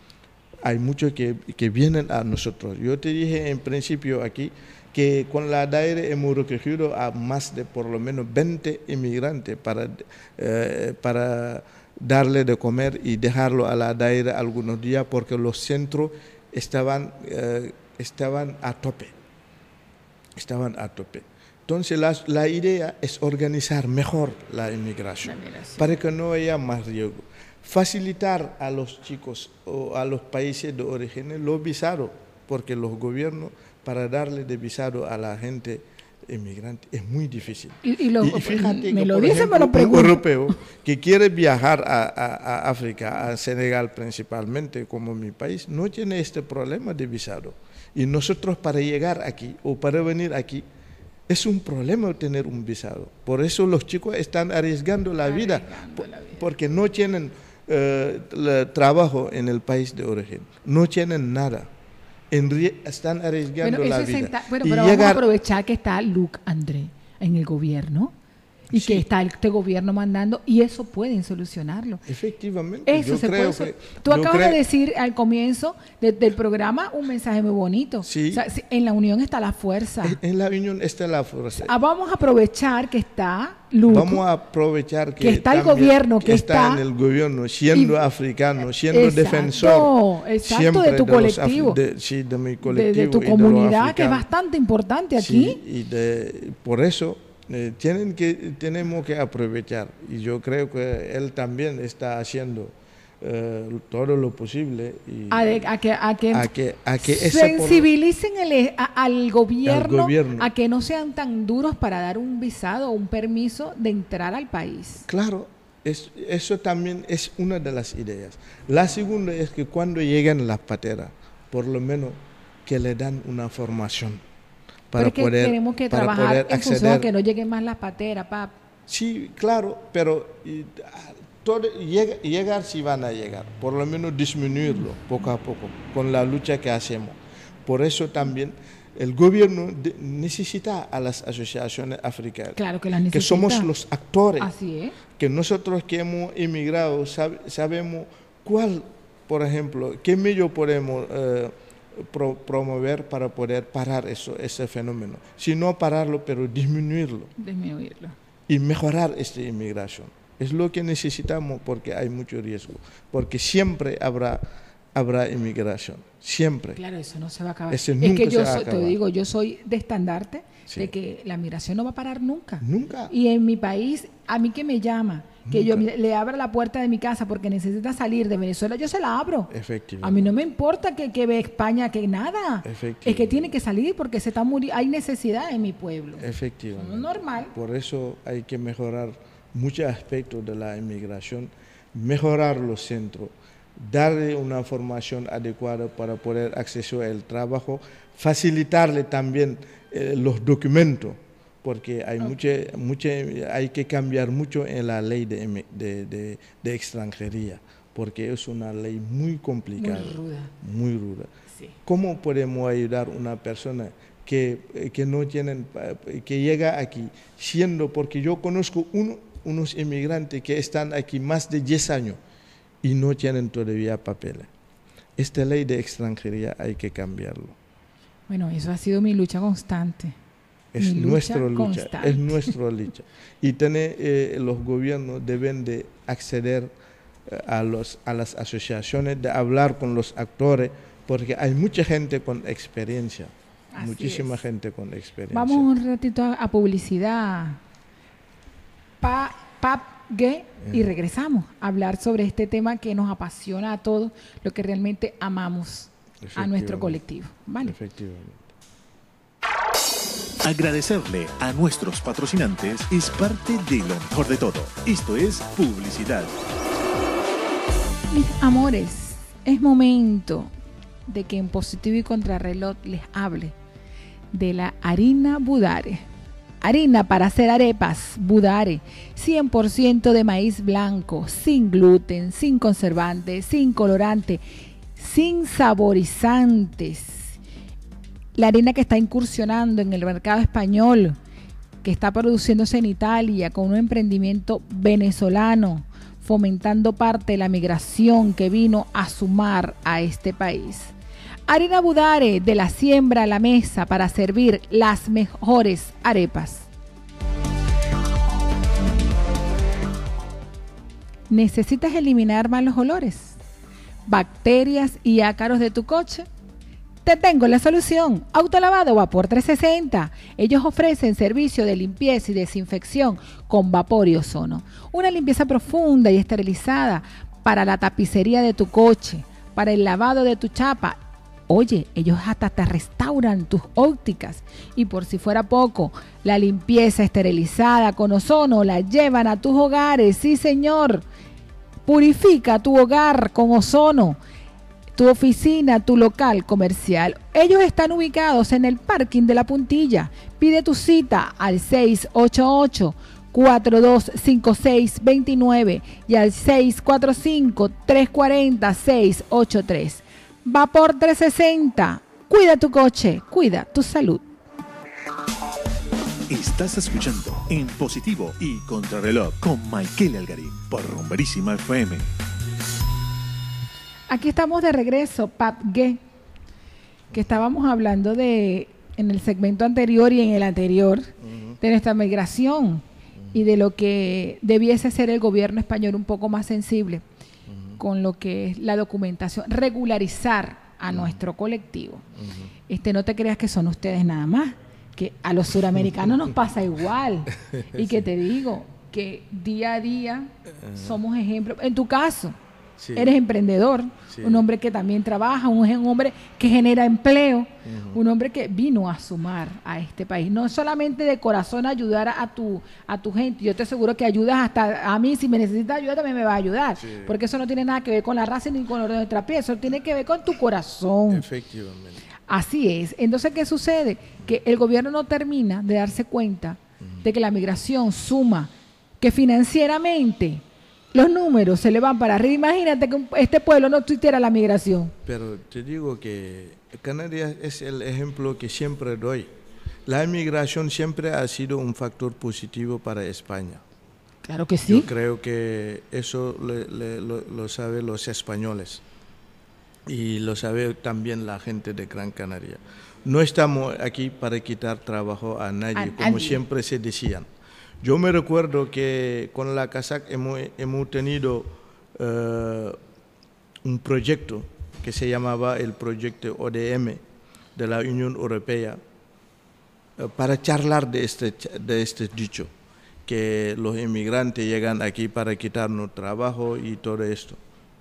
hay muchos que, que vienen a nosotros. Yo te dije en principio aquí que con la DAIRE hemos recogido a más de por lo menos veinte inmigrantes para, eh, para darle de comer y dejarlo a la DAIRE algunos días porque los centros estaban, eh, estaban a tope. Estaban a tope. Entonces la, la idea es organizar mejor la inmigración, La migración. para que no haya más riesgo. Facilitar a los chicos o a los países de origen los visados, porque los gobiernos para darle de visado a la gente inmigrante es muy difícil. Y, y lo- Y fíjate me que, lo por dice, ejemplo, me lo un pregunto. europeo que quiere viajar a, a- a África, a Senegal principalmente, como mi país, no tiene este problema de visado. Y nosotros para llegar aquí o para venir aquí, es un problema tener un visado. Por eso los chicos están arriesgando la vida, Arriesgando po- la vida. porque no tienen eh, la- trabajo en el país de origen, no tienen nada. en rie- están arriesgando Bueno, la eso es vida. senta- bueno, Y pero vamos a llegar- aprovechar que está Luc André en el gobierno y Sí. que está este gobierno mandando y eso pueden solucionarlo. Efectivamente, Eso yo se creo puede. que... Tú yo acabas creo- de decir al comienzo de- del programa un mensaje muy bonito. Sí. O sea, si- en la unión está la fuerza. En- En la unión está la fuerza. Ah, vamos a aprovechar que está Luc. Vamos a aprovechar que, que está el también- gobierno, que está- en el gobierno, siendo y- africano, siendo Exacto, defensor exacto, siempre de tu los colectivo. af- de, sí, de mi de, colectivo de tu y de los comunidad, que es africanos. bastante importante Sí, aquí. y de, por eso eh, tienen que, tenemos que aprovechar. Y yo creo que él también está haciendo eh, todo lo posible y A, de- a que, a que, a que, a que ese por- sensibilicen el- a- al, gobierno, Al gobierno. a que no sean tan duros para dar un visado o un permiso de entrar al país. Claro, es- eso también es una de las ideas. La segunda es que cuando lleguen las pateras, por lo menos que le dan una formación para Porque poder, tenemos que para trabajar poder en función a acceder. que no lleguen más las pateras, pap. Sí, claro, pero y, ah, todo, llega- llegar sí van a llegar, por lo menos disminuirlo poco a poco con la lucha que hacemos. Por eso también el gobierno de- necesita a las asociaciones africanas, Claro que las que necesita. somos los actores, Así es. que nosotros que hemos emigrado sab- sabemos cuál, por ejemplo, qué medio podemos eh, pro- promover para poder parar eso, ese fenómeno. Si no pararlo, pero disminuirlo Disminuirlo. y mejorar esta inmigración. Es lo que necesitamos porque hay mucho riesgo, porque siempre habrá, habrá inmigración, siempre. Claro, eso no se va a acabar. Ese es nunca que se yo va a soy, te acabar. digo, yo soy de estandarte Sí. de que la migración no va a parar nunca. Nunca. Y en mi país, a mí que me llama, que yo Nunca. le abra la puerta de mi casa porque necesita salir de Venezuela, yo se la abro. Efectivamente. A mí no me importa que, que ve España, que nada. Efectivamente. Es que tiene que salir porque se está muriendo. Hay necesidad en mi pueblo. Efectivamente. No es normal. Por eso hay que mejorar muchos aspectos de la inmigración, mejorar los centros, darle una formación adecuada para poder acceder al trabajo, facilitarle también eh, los documentos, porque hay, mucha, mucha, hay que cambiar mucho en la ley de, emi- de, de- de extranjería, porque es una ley muy complicada, Muy ruda. muy ruda. Sí. ¿Cómo podemos ayudar a una persona que, eh, que no tienen, eh, que llega aquí siendo, porque yo conozco uno, unos inmigrantes que están aquí más de diez años y no tienen todavía papeles? Esta ley de extranjería hay que cambiarlo. Bueno, eso ha sido mi lucha constante. Es Mi lucha nuestra lucha, constante. es nuestra lucha. Y tener, eh, los gobiernos deben de acceder eh, a, los, a las asociaciones, de hablar con los actores, porque hay mucha gente con experiencia, Así muchísima es. gente con experiencia. Vamos un ratito a, a publicidad. Pa, pap, gue, y regresamos a hablar sobre este tema que nos apasiona a todos, lo que realmente amamos a nuestro Efectivamente. colectivo. ¿Vale? Efectivamente. Agradecerle a nuestros patrocinantes es parte de lo mejor de todo. Esto es publicidad. Mis amores, es momento de que en Positivo y Contrarreloj les hable de la harina Budare. Harina para hacer arepas Budare, cien por ciento de maíz blanco, sin gluten, sin conservante, sin colorante, sin saborizantes. La harina que está incursionando en el mercado español, que está produciéndose en Italia con un emprendimiento venezolano, fomentando parte de la migración que vino a sumar a este país. Harina Budare, de la siembra a la mesa para servir las mejores arepas. ¿Necesitas eliminar malos olores, bacterias y ácaros de tu coche? Te tengo la solución. Autolavado Vapor trescientos sesenta. Ellos ofrecen servicio de limpieza y desinfección con vapor y ozono. Una limpieza profunda y esterilizada para la tapicería de tu coche, para el lavado de tu chapa. Oye, ellos hasta te restauran tus ópticas. Y por si fuera poco, la limpieza esterilizada con ozono la llevan a tus hogares. Sí, señor. Purifica tu hogar con ozono, tu oficina, tu local comercial. Ellos están ubicados en el parking de La Puntilla. Pide tu cita al seis ocho ocho, cuatro dos cinco seis, dos nueve y al seis cuatro cinco, tres cuatro cero, seis ocho tres. Vapor trescientos sesenta, cuida tu coche, cuida tu salud. Estás escuchando En Positivo y Contrarreloj con Maikele Algarín por Rumberísima F M. Aquí estamos de regreso, Pat G, que estábamos hablando de, en el segmento anterior y en el anterior, uh-huh. de nuestra migración uh-huh. y de lo que debiese ser el gobierno español un poco más sensible uh-huh. con lo que es la documentación, regularizar a uh-huh. nuestro colectivo. Uh-huh. Este, no te creas que son ustedes nada más, que a los suramericanos nos pasa igual. Y que te digo que día a día uh-huh. somos ejemplos. En tu caso, sí. eres emprendedor, sí. un hombre que también trabaja, un, un hombre que genera empleo, uh-huh. un hombre que vino a sumar a este país. No solamente de corazón ayudar a, a, tu, a tu gente, yo te aseguro que ayudas hasta a mí, si me necesitas ayuda también me va a ayudar, sí. porque eso no tiene nada que ver con la raza ni con el orden de nuestra piel, eso tiene que ver con tu corazón. Efectivamente. Así es. Entonces, ¿qué sucede? Que el gobierno no termina de darse cuenta uh-huh. de que la migración suma, que financieramente los números se le van para arriba. Imagínate que este pueblo no existiera la migración. Pero te digo que Canarias es el ejemplo que siempre doy. La inmigración siempre ha sido un factor positivo para España. Claro que sí. Yo creo que eso le, le, lo, lo saben los españoles y lo sabe también la gente de Gran Canaria. No estamos aquí para quitar trabajo a nadie, a, como a siempre se decían. Yo me recuerdo que con la CASAC hemos, hemos tenido uh, un proyecto que se llamaba el proyecto O D M de la Unión Europea uh, para charlar de este, de este dicho, que los inmigrantes llegan aquí para quitarnos trabajo y todo esto.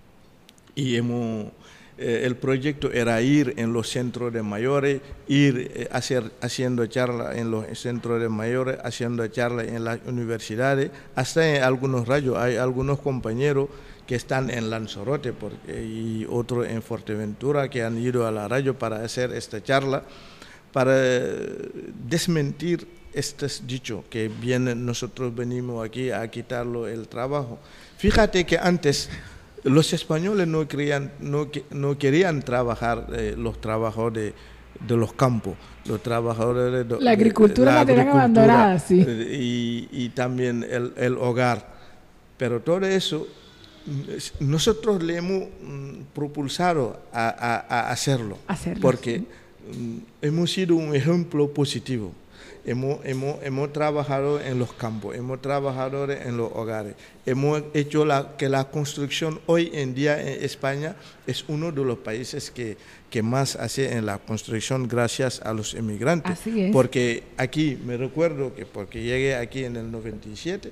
Y hemos... Eh, el proyecto era ir en los centros de mayores, ir eh, hacer, haciendo charlas en los centros de mayores, haciendo charlas en las universidades, hasta en algunos radios. Hay algunos compañeros que están en Lanzarote porque, y otros en Fuerteventura que han ido a la radio para hacer esta charla, para desmentir este dicho que vienen, nosotros venimos aquí a quitarlo el trabajo. Fíjate que antes los españoles no, querían, no, no querían trabajar eh, los trabajos de, de los campos, los trabajadores de la agricultura, la, la tenían abandonada, sí. Y, y también el, el hogar. Pero todo eso nosotros le hemos mm, propulsado a, a, a hacerlo, hacerlo, porque sí. mm, hemos sido un ejemplo positivo. Hemos, hemos, hemos trabajado en los campos, hemos trabajado en los hogares, hemos hecho la, que la construcción hoy en día en España es uno de los países que, que más hace en la construcción gracias a los inmigrantes. Así es. Porque aquí, me recuerdo que porque llegué aquí en el noventa y siete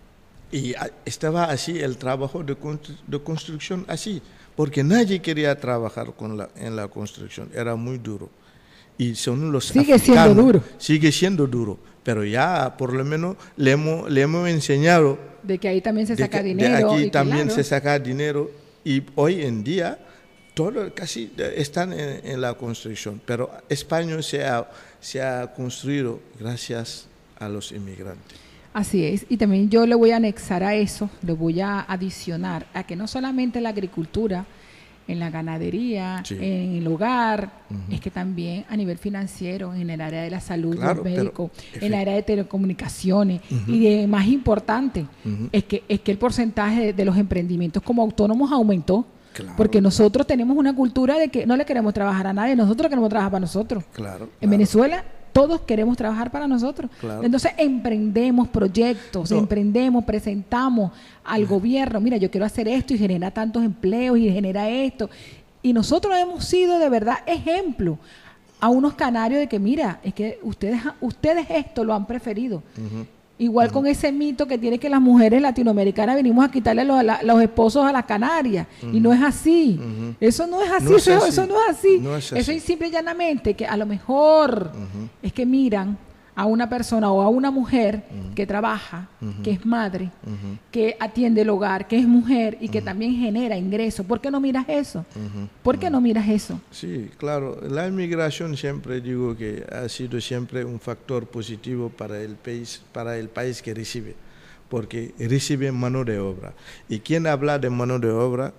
y estaba así el trabajo de, constru, de construcción así, porque nadie quería trabajar con la, en la construcción, era muy duro. Y son los sigue siendo duro. Sigue siendo duro, pero ya por lo menos le hemos, le hemos enseñado de que ahí también se saca que, dinero. De aquí y también claro. se saca dinero y hoy en día todo casi están en, en la construcción, pero España se ha, se ha construido gracias a los inmigrantes. Así es, y también yo le voy a anexar a eso, le voy a adicionar a que no solamente la agricultura, en la ganadería, sí. en el hogar, uh-huh. es que también a nivel financiero, en el área de la salud, claro, los médicos, pero, en el área de telecomunicaciones, uh-huh. y de más importante, uh-huh. es que es que el porcentaje de, de los emprendimientos como autónomos aumentó, claro. porque nosotros tenemos una cultura de que no le queremos trabajar a nadie, nosotros queremos trabajar para nosotros. Claro, en claro. Venezuela todos queremos trabajar para nosotros. Claro. Entonces emprendemos proyectos, no. emprendemos, presentamos al gobierno, mira, yo quiero hacer esto y genera tantos empleos y genera esto. Y nosotros hemos sido de verdad ejemplo a unos canarios de que, mira, es que ustedes, ustedes esto lo han preferido. Uh-huh. Igual uh-huh. con ese mito que tiene que las mujeres latinoamericanas venimos a quitarle los, la, los esposos a las Canarias. Uh-huh. Y no es así. Uh-huh. Eso no es así, no es eso, así. eso no es así. No es así. Eso es simple y llanamente que a lo mejor uh-huh. es que miran a una persona o a una mujer uh-huh. que trabaja, uh-huh. que es madre, uh-huh. que atiende el hogar, que es mujer y que uh-huh. también genera ingresos. ¿Por qué no miras eso? Uh-huh. ¿Por qué uh-huh. no miras eso? Sí, claro. La inmigración siempre digo que ha sido siempre un factor positivo para el país, para el país que recibe, porque recibe mano de obra. Y quien habla de mano de obra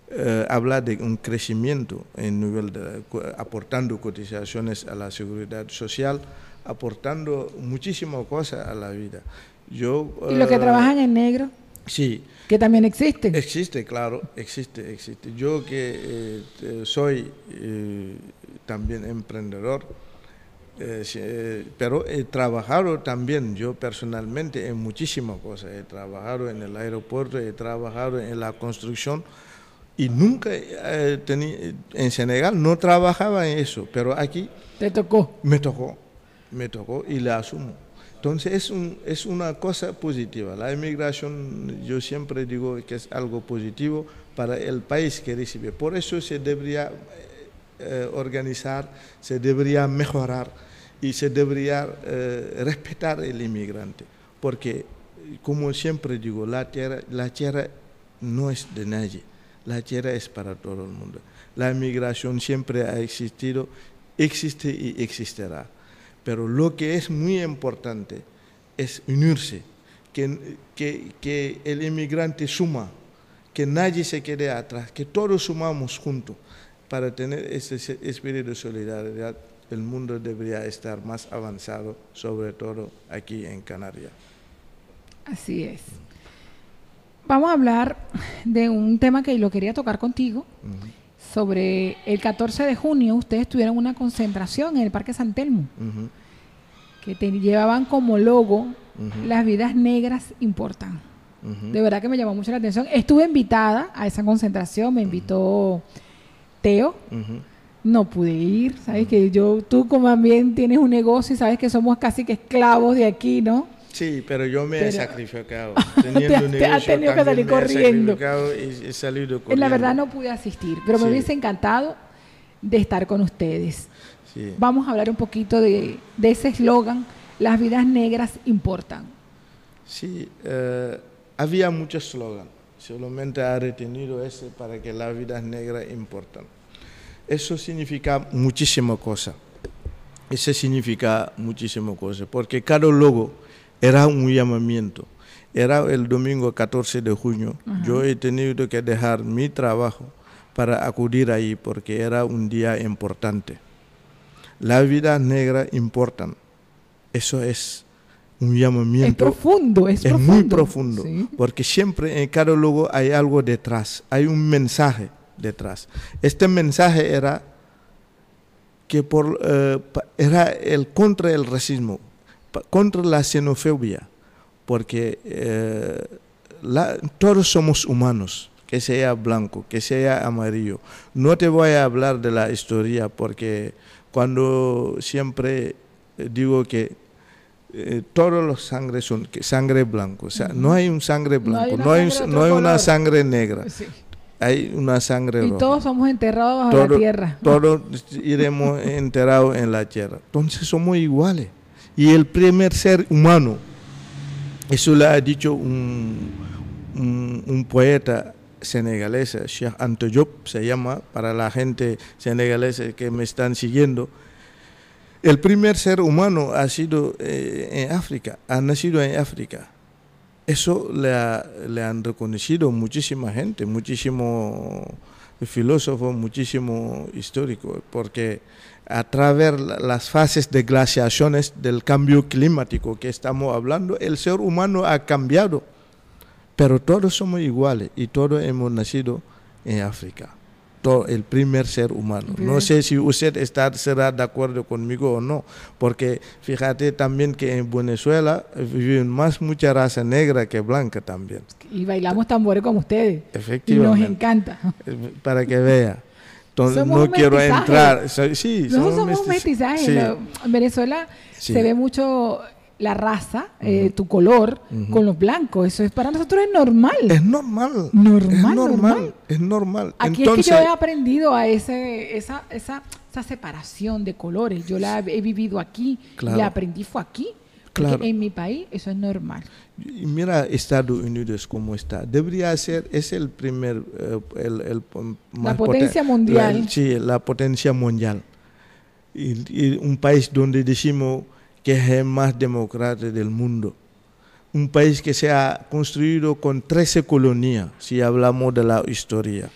eh, habla de un crecimiento en nivel de aportando cotizaciones a la seguridad social, aportando muchísimas cosas a la vida. Yo, ¿Y los que eh, trabajan en negro? Sí. Que también existen. Existe, claro, existe, existe. Yo que eh, eh, soy eh, también emprendedor, eh, sí, eh, pero he trabajado también yo personalmente en muchísimas cosas. He trabajado en el aeropuerto, he trabajado en la construcción y nunca eh, tení, en Senegal no trabajaba en eso, pero aquí Te tocó. me tocó, me tocó y la asumo. Entonces es, un, es una cosa positiva. La inmigración, yo siempre digo que es algo positivo para el país que recibe. Por eso se debería eh, organizar, se debería mejorar y se debería eh, respetar el inmigrante. Porque, como siempre digo, la tierra, la tierra no es de nadie, la tierra es para todo el mundo. La inmigración siempre ha existido, existe y existirá. Pero lo que es muy importante es unirse, que, que, que el inmigrante suma, que nadie se quede atrás, que todos sumamos juntos para tener ese espíritu de solidaridad. El mundo debería estar más avanzado, sobre todo aquí en Canarias. Así es. Vamos a hablar de un tema que lo quería tocar contigo. Uh-huh. Sobre el catorce de junio, ustedes tuvieron una concentración en el Parque San Telmo, Uh-huh. que te llevaban como logo Uh-huh. Las vidas negras importan. Uh-huh. De verdad que me llamó mucho la atención. Estuve invitada a esa concentración, me invitó Teo. Uh-huh. No pude ir, sabes que yo, tú como también tienes un negocio y sabes que somos casi que esclavos de aquí, ¿no? Sí, pero yo me Pero- he sacrificado. Te Teniendo has- un te has negocio, tenido que también salir me he corriendo. sacrificado y he salido corriendo. En la verdad no pude asistir, pero me Sí. hubiese encantado de estar con ustedes. Sí. Vamos a hablar un poquito de, de ese eslogan, las vidas negras importan. Sí, eh, había muchos slogans, solamente ha retenido ese para que las vidas negras importan. Eso significa muchísimas cosas, eso significa muchísimas cosas, porque cada logo era un llamamiento. Era el domingo catorce de junio, Ajá. yo he tenido que dejar mi trabajo para acudir ahí porque era un día importante. Las vidas negras importan, eso es un llamamiento. Es profundo, es, Es profundo. muy profundo, Sí. porque siempre en cada logo hay algo detrás, hay un mensaje detrás. Este mensaje era que por, eh, pa- era el contra el racismo, pa- contra la xenofobia, porque eh, la- todos somos humanos, que sea blanco, que sea amarillo. No te voy a hablar de la historia, porque cuando siempre eh, digo que eh, todos los sangres son que sangre blanco, o sea, no hay un sangre No hay blanco, una no hay, sangre de no otro hay una color. sangre negra, Sí. hay una sangre Y roja. todos somos enterrados bajo la Todo- tierra. Todos iremos enterrados en la tierra. Entonces somos iguales. Y el primer ser humano, eso lo ha dicho un, un, un poeta senegalés, Cheikh Anta Diop, se llama, para la gente senegalesa que me están siguiendo. El primer ser humano ha sido eh, en África, ha nacido en África. Eso le, ha- le han reconocido muchísima gente, muchísimos filósofos, muchísimos históricos, porque a través de las fases de glaciaciones del cambio climático que estamos hablando, el ser humano ha cambiado, pero todos somos iguales y todos hemos nacido en África. Todo, el primer ser humano. No Bien. sé si usted está, será de acuerdo conmigo o no, porque fíjate también que en Venezuela viven más mucha raza negra que blanca también. Y bailamos tambores como ustedes. Y nos Efectivamente. encanta. Eh, Para que vea. Entonces Somos no un quiero mestizaje. entrar. So- Sí, Nosotros somos un mestiz- mestizaje. sí. Lo- En Venezuela Sí. se ve mucho la raza, eh, tu color, Ujú. con los blancos. Eso es para nosotros es normal. Es normal. Normal, es normal. normal. Es normal. Aquí Entonces, es que yo he aprendido a ese, esa, esa, esa separación de colores. Yo la he vivido aquí Claro. y la aprendí fue aquí. Porque Claro. en mi país eso es normal. y mira Estados Unidos como está. Debería ser, es el primer, eh, el, el pom- La más potencia poten- mundial. la- sí, la potencia mundial. Y, y un país donde decimos que es el más democrático del mundo. Un país que se ha construido con trece colonias, si hablamos de la historia.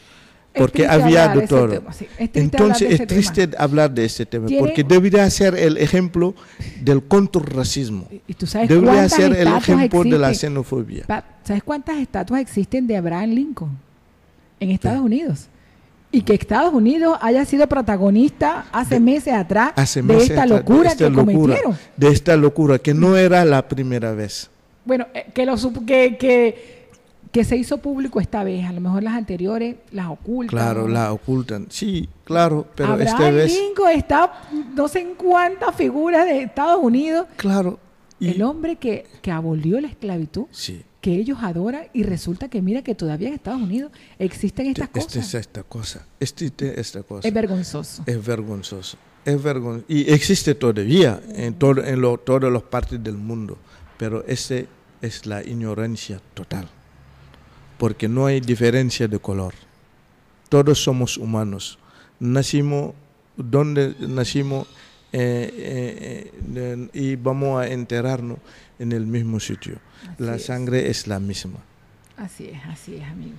porque triste había hablar de de ese todo. tema, sí. Es triste Entonces hablar de es ese triste tema. hablar de este tema, Tiene- porque debería ser el ejemplo del contrarracismo. Y tú sabes Debería cuántas ser el estatuas ejemplo de la existen. xenofobia. Pa- ¿Sabes cuántas estatuas existen de Abraham Lincoln en Estados Unidos? Y que Estados Unidos haya sido protagonista hace meses atrás Hace de meses esta atrás, locura de esta que locura, cometieron. de esta locura que no era la primera vez. Bueno, eh, que, lo, sup- que, que, que se hizo público esta vez. A lo mejor las anteriores las ocultan. Claro, la ocultan. Sí, claro, pero Abraham esta vez, Lincoln está no sé en cuántas figuras de Estados Unidos. claro. Y, El hombre que, que abolió la esclavitud, sí, que ellos adoran, y resulta que mira que todavía en Estados Unidos existen estas este cosas. es esta cosa, este es esta cosa. Es vergonzoso. Es vergonzoso. Es vergonzoso. Y existe todavía en, todo, en lo- todas las partes del mundo. Pero ese es la ignorancia total. Porque no hay diferencia de color. Todos somos humanos. Nacimos donde nacimos eh, eh, eh, y vamos a enterrarnos en el mismo sitio. Así La es. sangre es la misma. Así es, así es, amigo.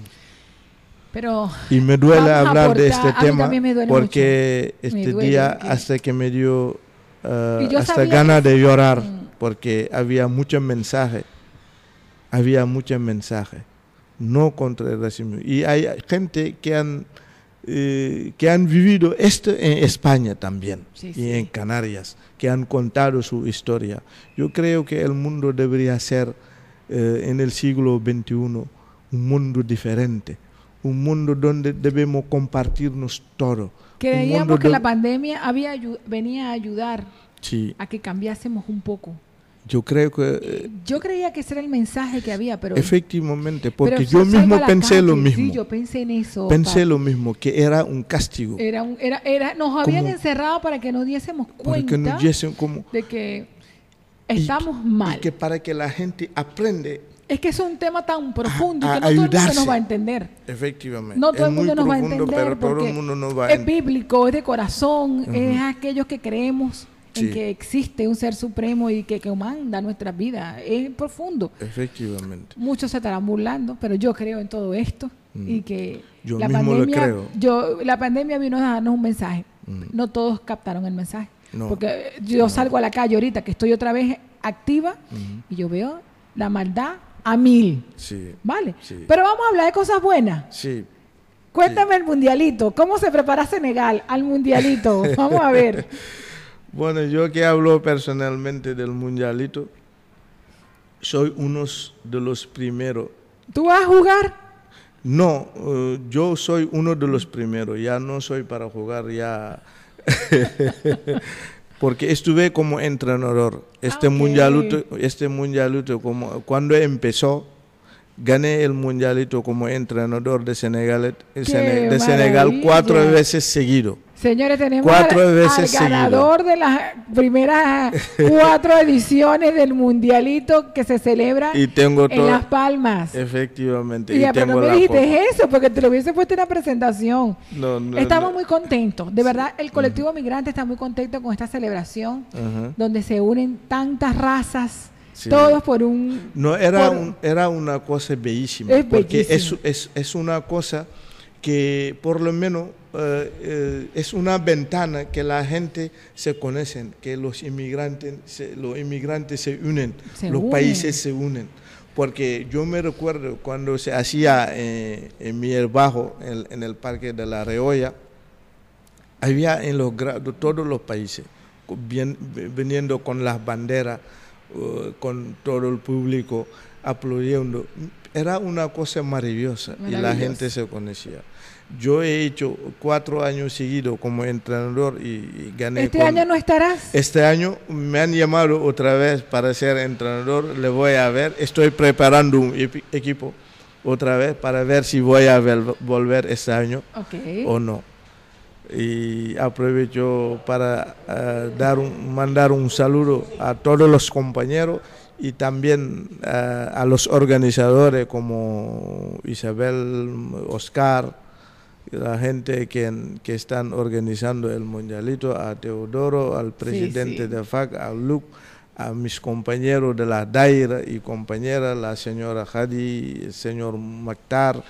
Pero Y me duele Vamos a hablar de aportar- este a mí tema también me duele porque mucho. Me este duele día que- hasta que me dio eh, Y yo hasta sabía ganas que- de llorar Mm. porque había muchos mensajes, había muchos mensajes, no contra el racismo. Y hay gente que han eh, que han vivido esto en España también Sí, y sí. en Canarias, que han contado su historia. Yo creo que el mundo debería ser eh, en el siglo veintiuno un mundo diferente, un mundo donde debemos compartirnos todo. Un creíamos mundo que la do- pandemia había ayu- venía a ayudar Sí, a que cambiásemos un poco. yo creo que eh, Yo creía que ese era el mensaje que había, pero... efectivamente, pero porque sa- yo salgo mismo a la pensé lo calle, mismo, Sí, yo pensé en eso. pensé pa- lo mismo, que era un castigo, Era un, era, era, nos habían Como- encerrado para que nos diésemos para cuenta que nos diesen como de que y- estamos mal. y que para que la gente aprende. Es que es un tema tan profundo a y que no todo el mundo ayudarse. nos va a entender. Efectivamente, No todo es el mundo muy nos va a profundo, entender pero todo porque el mundo no va a es en- bíblico, es de corazón, es aquellos que creemos en Sí. que existe un ser supremo y que, que manda nuestras vidas. Es profundo. Efectivamente. Muchos se estarán burlando, pero yo creo en todo esto Mm. y que Yo la mismo lo pandemia, creo. yo la pandemia vino a darnos un mensaje. Mm. No todos captaron el mensaje, No. porque yo salgo a la calle ahorita que estoy otra vez activa Ujú. y yo veo la maldad a mil, Sí, ¿vale? Sí. Pero vamos a hablar de cosas buenas. sí. Cuéntame el mundialito, ¿cómo se prepara Senegal al mundialito? Vamos a ver. Bueno, yo que hablo personalmente del mundialito, soy uno de los primeros. ¿Tú vas a jugar? No, eh, yo soy uno de los primeros, ya no soy para jugar, ya. Porque estuve como entrenador. Este Ah, ok. mundialito, este mundialito como cuando empezó, gané el mundialito como entrenador de Senegal, Sene- de Senegal maravilla. cuatro veces seguido. Señores, tenemos Cuatro al, veces al ganador de las primeras cuatro ediciones del mundialito que se celebra Y tengo en todo. Las Palmas. Efectivamente. Y y ya, pero no tengo me la dijiste copa. eso, porque te lo hubiese puesto en la presentación. No, no, Estamos no. muy contentos. De verdad, el colectivo migrante está muy contento con esta celebración, Ajá. donde se unen tantas razas, Sí. todos por un... No, era, por- un- era una cosa bellísima. Es porque es, bellísimo. es, es una cosa que por lo menos eh, eh, es una ventana que la gente se conocen, que los inmigrantes se, los inmigrantes se unen, Se los unen. países se unen. Porque yo me recuerdo cuando se hacía eh, en mi bajo, en, en el Parque de la Reolla, había en los gra- de todos los países, con- bien- viniendo con las banderas, uh, con todo el público aplaudiendo. Era una cosa maravillosa y la Maravilloso. gente se conocía. Yo he hecho cuatro años seguidos como entrenador y, y gané. Este con- año no estarás. Este año me han llamado otra vez para ser entrenador, le voy a ver, estoy preparando un epi- equipo otra vez para ver si voy a ver- volver este año Ok. o no. Y aprovecho para eh, dar un, mandar un saludo a todos los compañeros y también eh, a los organizadores como Isabel, Oscar, la gente que, que están organizando el mundialito, a Teodoro, al presidente sí. de F A C, a Luke, a mis compañeros de la Daira y compañeras, la señora Hadi, el señor Maktar,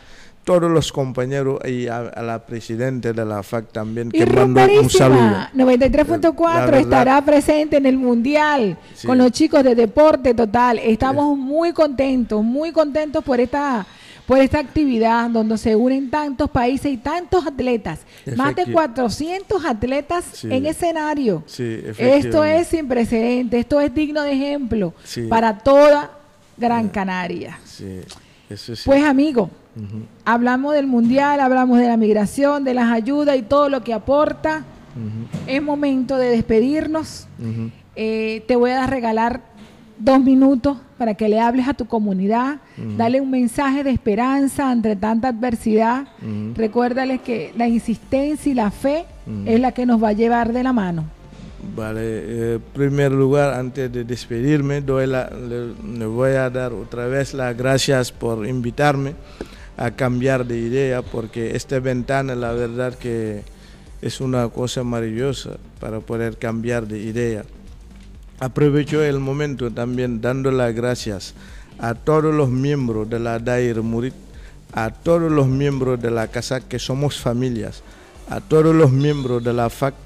todos los compañeros y a, a la presidenta de la F A C también, Y que mandó un saludo. Rumberísima noventa y tres punto La cuatro verdad- estará presente en el Mundial Sí. con los chicos de Deporte Total. Estamos muy contentos, muy contentos por esta por esta actividad donde se unen tantos países y tantos atletas. Más de Efecti- cuatrocientos atletas Sí. en escenario. Sí, Esto efectivamente. es sin precedentes, esto es digno de ejemplo Sí. para toda Gran Canaria. Sí, eso sí. Pues amigo, hablamos del Mundial, hablamos de la migración, de las ayudas y todo lo que aporta. Es momento de despedirnos. Ujú. Eh, te voy a regalar dos minutos para que le hables a tu comunidad, dale un mensaje de esperanza ante tanta adversidad. Ujú. Recuérdales que la insistencia y la fe es la que nos va a llevar de la mano. Vale, eh, en primer lugar, antes de despedirme, doy la- le, le voy a dar otra vez las gracias por invitarme a cambiar de idea, porque esta ventana, la verdad que es una cosa maravillosa para poder cambiar de idea. Aprovecho el momento también dando las gracias a todos los miembros de la Dair Murid, a todos los miembros de la Casa, que somos familias, a todos los miembros de la F A C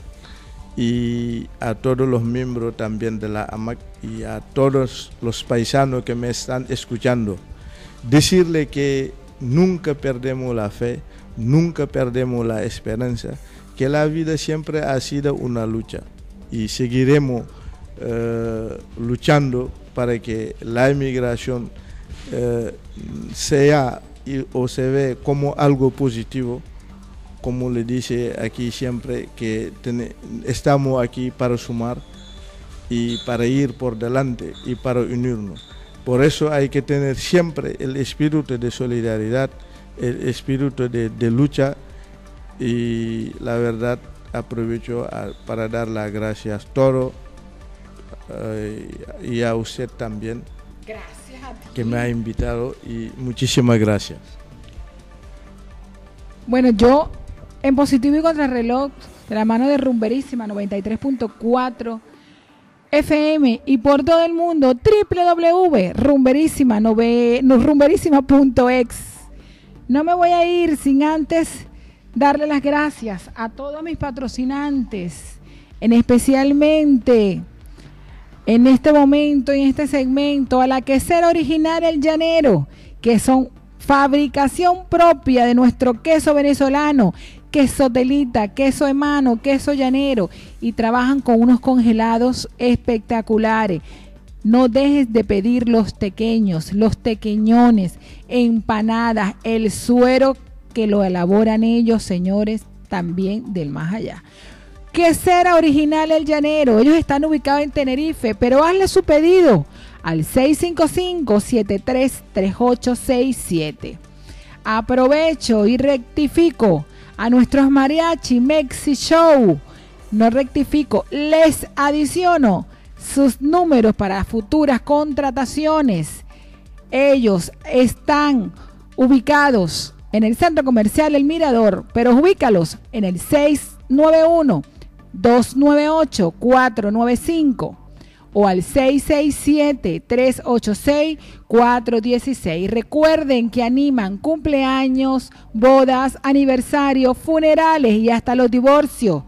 y a todos los miembros también de la A M A C y a todos los paisanos que me están escuchando. Decirle que nunca perdemos la fe, nunca perdemos la esperanza, que la vida siempre ha sido una lucha y seguiremos eh, luchando para que la inmigración eh, sea y- o se ve como algo positivo, como le dice aquí siempre, que tene- estamos aquí para sumar y para ir por delante y para unirnos. Por eso hay que tener siempre el espíritu de solidaridad, el espíritu de, de lucha, y la verdad aprovecho a- para dar las gracias a todos eh, y a usted también, Gracias a ti. que me ha invitado, y muchísimas gracias. Bueno, yo en Positivo y Contrarreloj, de la mano de Rumberísima noventa y tres punto cuatro F M y por todo el mundo, doble u doble u doble u punto rumberísima nove- no, rumberísima punto ex. No me voy a ir sin antes darle las gracias a todos mis patrocinantes, en especialmente en este momento y en este segmento a la quesera original El Llanero, que son fabricación propia de nuestro queso venezolano, queso telita, queso de mano, queso llanero, y trabajan con unos congelados espectaculares. No dejes de pedir los tequeños, los tequeñones, empanadas, el suero que lo elaboran ellos, señores, también del más allá. Quesera original El Llanero, ellos están ubicados en Tenerife, pero hazle su pedido al seis cinco cinco, siete tres tres ocho seis siete. Aprovecho y rectifico a nuestros mariachi Mexi Show. No rectifico, les adiciono sus números para futuras contrataciones. Ellos están ubicados en el Centro Comercial El Mirador, pero ubícalos en el seis nueve uno, dos nueve ocho, cuatro nueve cinco o al seis seis siete, tres ocho seis, cuatro uno seis. Recuerden que animan cumpleaños, bodas, aniversarios, funerales y hasta los divorcios.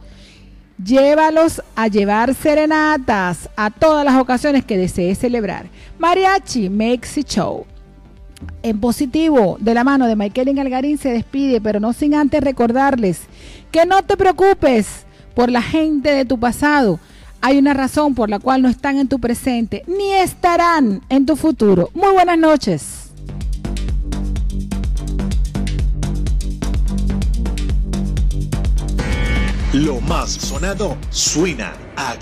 Llévalos a llevar serenatas a todas las ocasiones que desees celebrar. Mariachi Mexi Show. En Positivo, de la mano de Michael Algarín, se despide, pero no sin antes recordarles que no te preocupes por la gente de tu pasado. Hay una razón por la cual no están en tu presente, ni estarán en tu futuro. Muy buenas noches. Lo más sonado suena aquí.